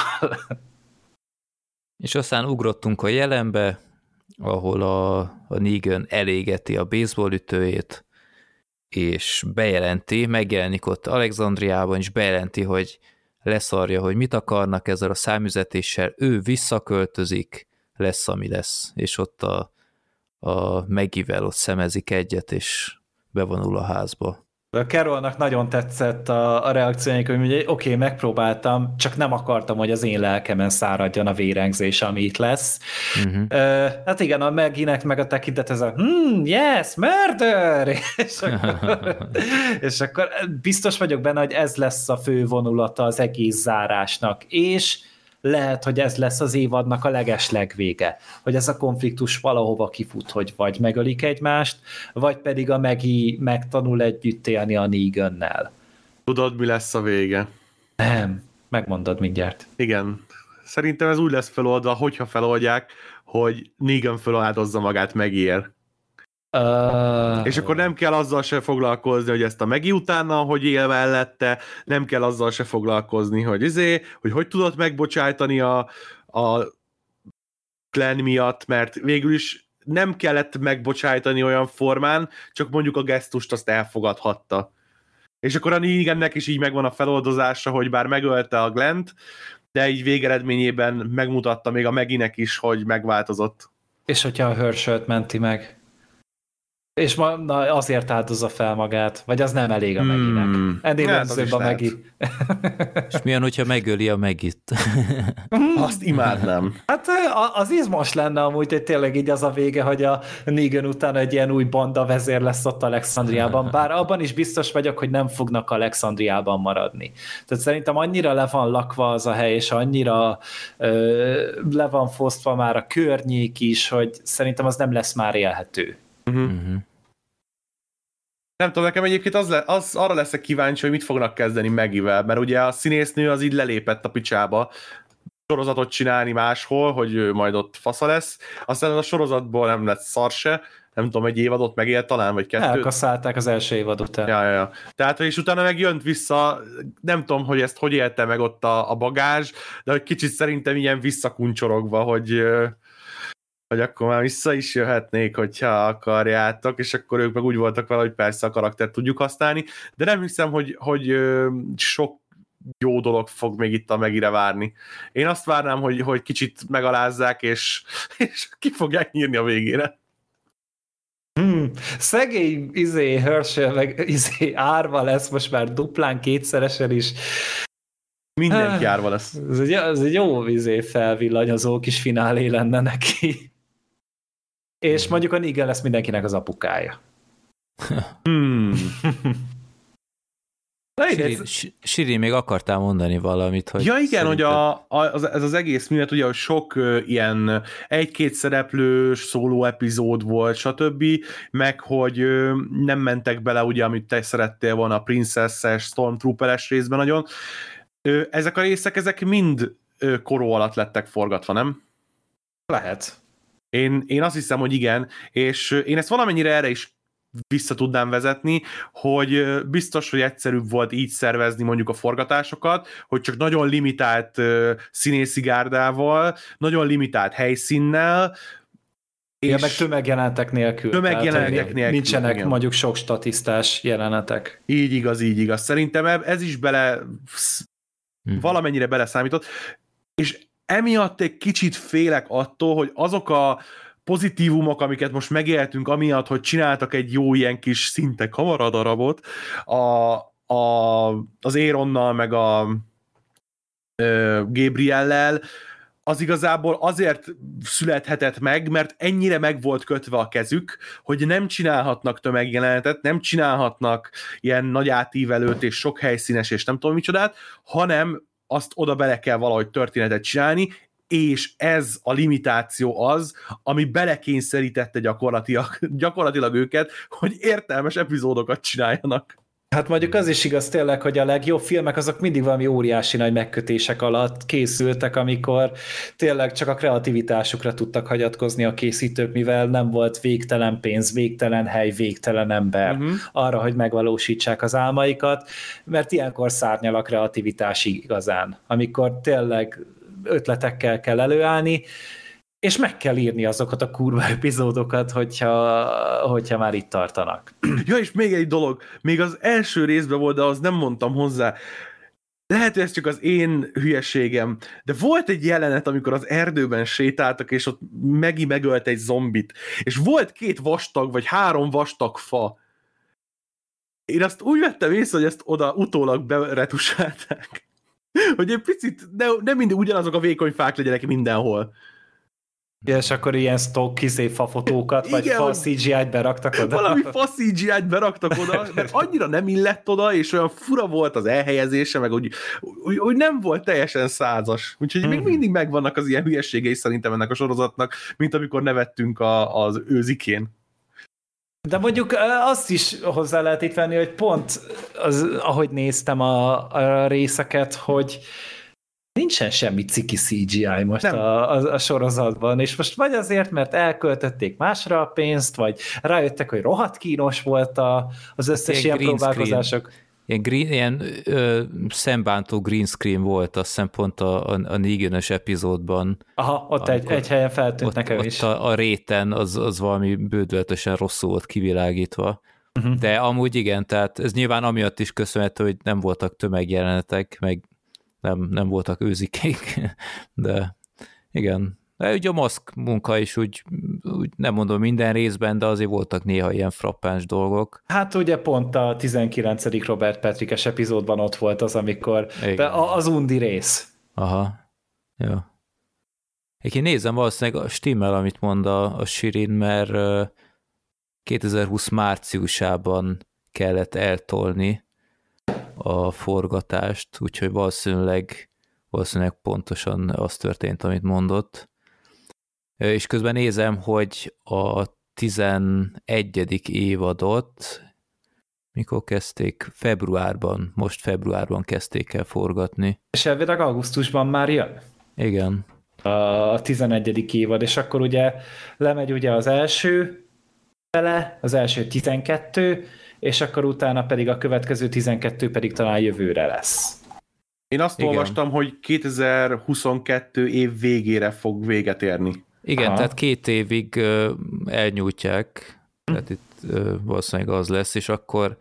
És aztán ugrottunk a jelenbe, ahol a Negan elégeti a baseballütőjét, és bejelenti, megjelenik ott Alexandriában, és bejelenti, hogy leszarja, hogy mit akarnak ezzel a számüzetéssel, ő visszaköltözik, lesz, ami lesz, és ott a Maggie-vel ott szemezik egyet, és bevonul a házba. A Carolnak nagyon tetszett a reakcióink, hogy oké, megpróbáltam, csak nem akartam, hogy az én lelkemen száradjon a vérengzés, ami itt lesz. Hát igen, a Maggie-nek meg a tekintet ez a yes, murder! és akkor biztos vagyok benne, hogy ez lesz a fő vonulata az egész zárásnak, és lehet, hogy ez lesz az évadnak a legeslegvége, hogy ez a konfliktus valahova kifut, hogy vagy megölik egymást, vagy pedig a Maggie megtanul együtt élni a Negannel. Tudod, mi lesz a vége? Nem, megmondod mindjárt. Igen. Szerintem ez úgy lesz feloldva, hogyha feloldják, hogy Negan feláldozza magát Maggie-ért. És akkor nem kell azzal se foglalkozni, hogy ezt a Maggie utána, hogy él mellette, nem kell azzal se foglalkozni, hogy tudott megbocsájtani a Glenn miatt, mert végül is nem kellett megbocsájtani olyan formán, csak mondjuk a gesztust azt elfogadhatta. És akkor a Negannek is így megvan a feloldozása, hogy bár megölte a Glennt, de így végeredményében megmutatta még a Maggie-nek is, hogy megváltozott. És hogyha a Herschelt menti meg. És azért áldozza fel magát, vagy az nem elég a Maggie-nek. Ennél rendszerűbb a Maggie. És milyen, hogyha megöli a Maggie-t? Azt imádnám. Hát az izmos lenne amúgy, hogy tényleg így az a vége, hogy a Negan után egy ilyen új banda vezér lesz ott Alexandriában, bár abban is biztos vagyok, hogy nem fognak Alexandriában maradni. Tehát szerintem annyira le van lakva az a hely, és annyira le van fosztva már a környék is, hogy szerintem az nem lesz már élhető. Nem tudom, nekem egyébként arra leszek kíváncsi, hogy mit fognak kezdeni Maggie-vel, mert ugye a színésznő az így lelépett a picsába, sorozatot csinálni máshol, hogy ő majd ott fasza lesz. Aztán a sorozatból nem lett szar se, nem tudom, egy évadot megélt talán, vagy 2. Elkaszálták az első évad után. Ja. Tehát, és utána meg jönt vissza, nem tudom, hogy ezt hogy élte meg ott a bagázs, de hogy kicsit szerintem ilyen visszakuncsorogva, hogy akkor már vissza is jöhetnék, hogyha akarjátok, és akkor ők meg úgy voltak vele, hogy persze a karaktert tudjuk használni, de nem hiszem, hogy sok jó dolog fog még itt a Megire várni. Én azt várnám, hogy kicsit megalázzák, és ki fogják nyírni a végére. Szegény Herschel, meg árva lesz most már duplán, kétszeresen is. Mindenki árva lesz. Ez egy jó felvillanyozó kis finálé lenne neki. És mondjuk a Negan lesz mindenkinek az apukája. Siri, még akartál mondani valamit, hogy... Ja igen, szerinted... hogy ez az egész művet, ugye sok ilyen egy-két szereplős szóló epizód volt, stb., meg hogy nem mentek bele, ugye, amit te szerettél volna a Princess-es, Stormtrooper-es részben nagyon. Ezek a részek, ezek mind koró alatt lettek forgatva, nem? Lehet. Én azt hiszem, hogy igen, és én ezt valamennyire erre is vissza tudnám vezetni, hogy biztos, hogy egyszerűbb volt így szervezni mondjuk a forgatásokat, hogy csak nagyon limitált színészi gárdával, nagyon limitált helyszínnel, és meg tömegjelenetek nélkül. Tömegjelenetek nélkül. Nincsenek igen. Mondjuk sok statisztás jelenetek. Így igaz. Szerintem ez is valamennyire beleszámított, és emiatt egy kicsit félek attól, hogy azok a pozitívumok, amiket most megéltünk, amiatt, hogy csináltak egy jó ilyen kis szinte kamaradarabot az Aaronnal, meg a Gabriellel, az igazából azért születhetett meg, mert ennyire meg volt kötve a kezük, hogy nem csinálhatnak tömegjelenetet, nem csinálhatnak ilyen nagy átívelőt és sok helyszínes és nem tudom micsodát, hanem azt oda bele kell valahogy történetet csinálni, és ez a limitáció az, ami belekényszerítette gyakorlatilag őket, hogy értelmes epizódokat csináljanak. Hát mondjuk az is igaz tényleg, hogy a legjobb filmek azok mindig valami óriási nagy megkötések alatt készültek, amikor tényleg csak a kreativitásukra tudtak hagyatkozni a készítők, mivel nem volt végtelen pénz, végtelen hely, végtelen ember arra, hogy megvalósítsák az álmaikat, mert ilyenkor szárnyal a kreativitás igazán, amikor tényleg ötletekkel kell előállni, és meg kell írni azokat a kurva epizódokat, hogyha már itt tartanak. Ja, és még egy dolog, még az első részben volt, de az nem mondtam hozzá, lehet, hogy ez csak az én hülyeségem, de volt egy jelenet, amikor az erdőben sétáltak, és ott megölt egy zombit, és volt 2 vastag, vagy 3 vastag fa. Én azt úgy vettem észre, hogy ezt oda utólag beretusálták. Hogy egy picit, nem mindig ugyanazok a vékony fák legyenek mindenhol. Ja, és akkor ilyen stock fafotókat, vagy fa CGI-t beraktak oda. Valami fa CGI-t beraktak oda, mert annyira nem illett oda, és olyan fura volt az elhelyezése, meg úgy nem volt teljesen százas. Úgyhogy még mindig megvannak az ilyen hülyeségei szerintem ennek a sorozatnak, mint amikor nevettünk az őzikén. De mondjuk azt is hozzá lehet itt venni, hogy pont ahogy néztem a részeket, hogy nincsen semmi ciki CGI most a sorozatban, és most vagy azért, mert elköltötték másra a pénzt, vagy rájöttek, hogy rohadt kínos volt az összes ilyen próbálkozások. Ilyen szembántó green screen volt, azt hiszem pont a Negan-ös epizódban. Aha, ott egy helyen feltűnt nekem is. Ott a réten az valami bődöltösen rosszul volt kivilágítva. De amúgy igen, tehát ez nyilván amiatt is köszönhető, hogy nem voltak tömegjelenetek, meg nem voltak őzikék, de igen. De ugye a maszk munka is úgy nem mondom minden részben, de azért voltak néha ilyen frappáns dolgok. Hát ugye pont a 19. Robert Patrick-es epizódban ott volt az, amikor az undi rész. Aha, jó. Én nézem valószínűleg a stimmel, amit mond a Shirin, mert 2020 márciusában kellett eltolni a forgatást, úgyhogy valószínűleg pontosan az történt, amit mondott. És közben nézem, hogy a 11. évadot mikor kezdték? Most februárban kezdték el forgatni. És elvileg augusztusban már jön? Igen. A 11. évad, és akkor ugye lemegy ugye az első fele, az első 12, és akkor utána pedig a következő 12 pedig talán jövőre lesz. Én azt olvastam, hogy 2022 év végére fog véget érni. Igen, tehát 2 évig elnyújtják, tehát itt valószínűleg az lesz, és akkor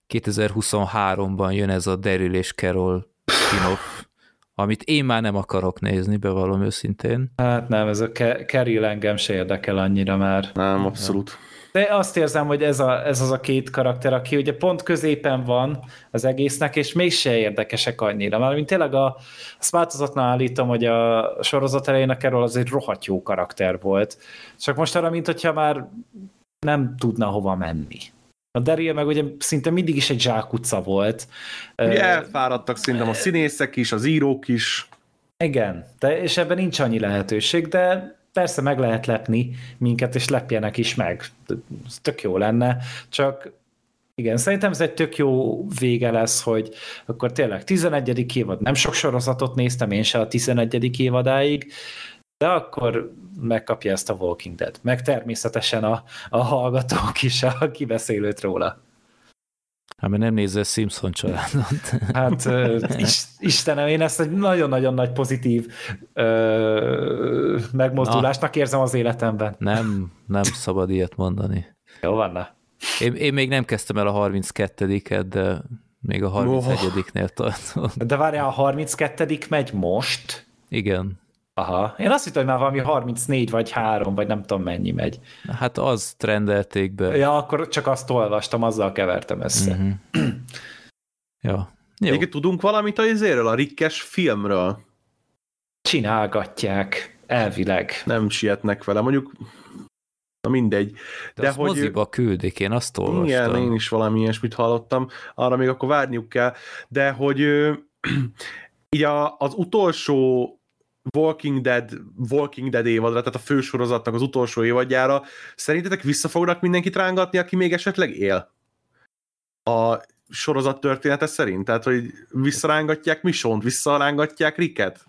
2023-ban jön ez a Daryl és Carol spin-off, amit én már nem akarok nézni, bevallom őszintén. Hát nem, ez a Carol engem se érdekel annyira már. Nem, abszolút. De azt érzem, hogy ez az a két karakter, aki ugye pont középen van az egésznek, és mégse érdekesek annyira. Mármint tényleg azt változatlan állítom, hogy a sorozat elején a Carol az egy rohadt jó karakter volt. Csak most arra, mint hogyha már nem tudna hova menni. A Daryl meg ugye szinte mindig is egy zsákutca volt. Ugye elfáradtak szerintem a színészek is, az írók is. Igen, és ebben nincs annyi lehetőség, de persze meg lehet lepni minket, és lepjenek is meg. Ez tök jó lenne, csak igen, szerintem ez egy tök jó vége lesz, hogy akkor tényleg 11. évad, nem sok sorozatot néztem én se a 11. évadáig, de akkor megkapja ezt a Walking Dead. Meg természetesen a hallgatók is a kibeszélőt róla. Hát mert nem nézze Simpson családot. Hát Istenem, én ezt egy nagyon-nagyon nagy pozitív megmozdulásnak érzem az életemben. Nem szabad ilyet mondani. Jó van, na. Én még nem kezdtem el a 32-et, de még a 31-nél tartom. De várjál, a 32. megy most? Igen. Aha. Én azt hittem, hogy már valami 34 vagy 3, vagy nem tudom mennyi megy. Hát az trendelték be. Ja, akkor csak azt olvastam, azzal kevertem össze. Uh-huh. Ja. Jó. Még tudunk valamit a Rickes filmről? Csinálgatják, elvileg. Nem sietnek vele, mondjuk na mindegy. De azt hogy moziba küldik, én azt olvastam. Igen, én is valami ilyesmit hallottam, arra még akkor várniuk kell, de hogy így az utolsó Walking Dead évadra, tehát a fősorozatnak az utolsó évadjára szerintetek vissza fognak mindenkit rángatni, aki még esetleg él? A sorozat története szerint? Tehát, hogy visszarángatják Michonne-t, visszarángatják Ricket?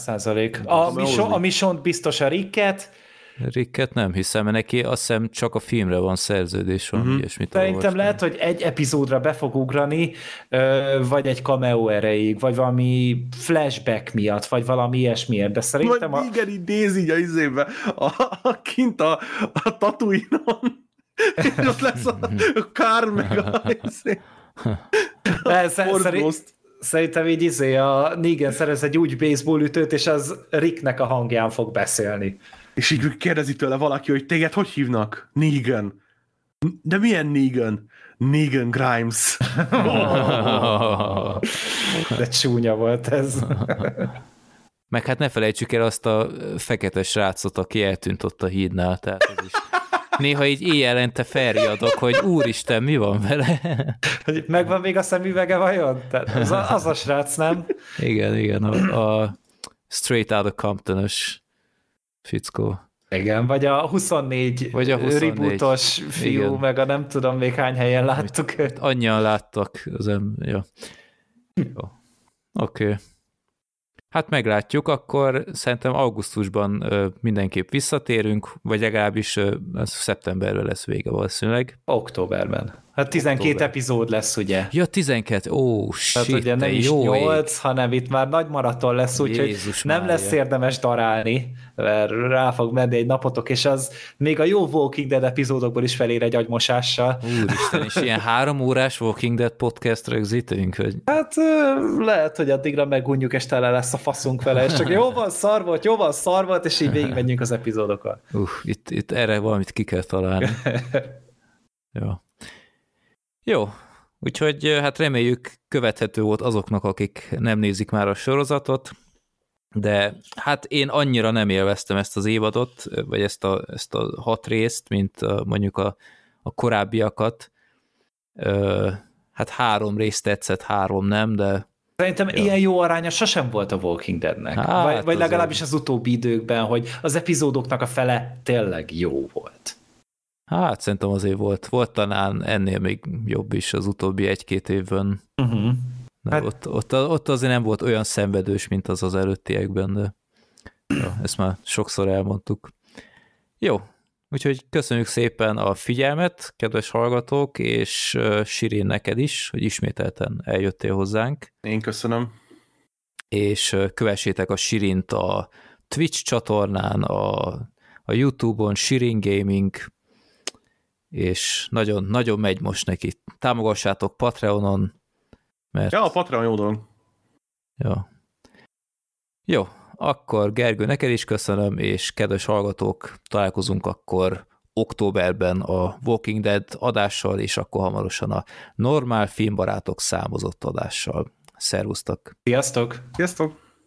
100%. A Michonne biztos a Ricket. Ricket nem hiszem, mert neki azt hiszem csak a filmre van szerződés, van ilyesmit. Szerintem lehet, hogy egy epizódra be fog ugrani, vagy egy cameo erejéig, vagy valami flashback miatt, vagy valami ilyesmiért, de szerintem... Vagy igen, így néz így a izébe, kint a Tatooine-on, és ott lesz a Kár meg a Szerintem így a Negan szerez egy úgy baseballütőt, és az Ricknek a hangján fog beszélni. És így kérdezi tőle valaki, hogy téged hogy hívnak? Negan. De milyen Negan? Negan Grimes. De csúnya volt ez. Meg hát ne felejtsük el azt a fekete srácot, aki eltűnt ott a hídnál, tehát ez is. Néha így éjjelente felriadok, hogy úristen, mi van vele? Megvan még a szemüvege vajon? Tehát az a srác, nem? Igen, a Straight Outta Compton-ös fickó. Igen, vagy a 24, vagy a 24 rebootos fiú, igen. Meg a nem tudom még hány helyen láttuk őt. Annyian láttak. Ja. Jó. Oké. Hát meglátjuk, akkor szerintem augusztusban mindenképp visszatérünk, vagy legalábbis szeptemberben lesz vége valószínűleg. Októberben. Hát 12 epizód lesz, ugye? Ja, 12. Ó, shit, ugye nem is 8, hanem itt már nagy maraton lesz, úgyhogy nem lesz érdemes darálni, mert rá fog menni egy napotok, és az még a jó Walking Dead epizódokból is felér egy agymosással. Úristen, és ilyen 3 órás Walking Dead podcast rögzítünk, hogy... Hát lehet, hogy addigra megunjuk, és tele lesz a faszunk vele, és csak jó van, szar volt, és így végigmenjünk az epizódokkal. Itt erre valamit ki kell találni. Jó, úgyhogy hát reméljük követhető volt azoknak, akik nem nézik már a sorozatot, de hát én annyira nem élveztem ezt az évadot, vagy ezt a 6 részt, mint mondjuk a korábbiakat. Hát 3 részt tetszett, 3 nem, de... Szerintem ilyen jó aránya sosem volt a Walking Deadnek. Hát, vagy legalábbis az utóbbi időkben, hogy az epizódoknak a fele tényleg jó volt. Hát szerintem azért volt talán ennél még jobb is az utóbbi 1-2 évben. Uh-huh. Hát, ott azért nem volt olyan szenvedős, mint az előttiekben, de... Ja, ezt már sokszor elmondtuk. Jó, úgyhogy köszönjük szépen a figyelmet, kedves hallgatók, és Sirin, neked is, hogy ismételten eljöttél hozzánk. Én köszönöm. És kövessétek a Sirint a Twitch csatornán, a YouTube-on, Sirin Gaming, és nagyon, nagyon megy most neki. Támogassátok Patreonon, mert... Ja, a Patreon jó dolog. Ja. Jó, akkor Gergő, neked is köszönöm, és kedves hallgatók, találkozunk akkor októberben a Walking Dead adással, és akkor hamarosan a normál filmbarátok számozott adással. Szervusztok! Sziasztok! Sziasztok!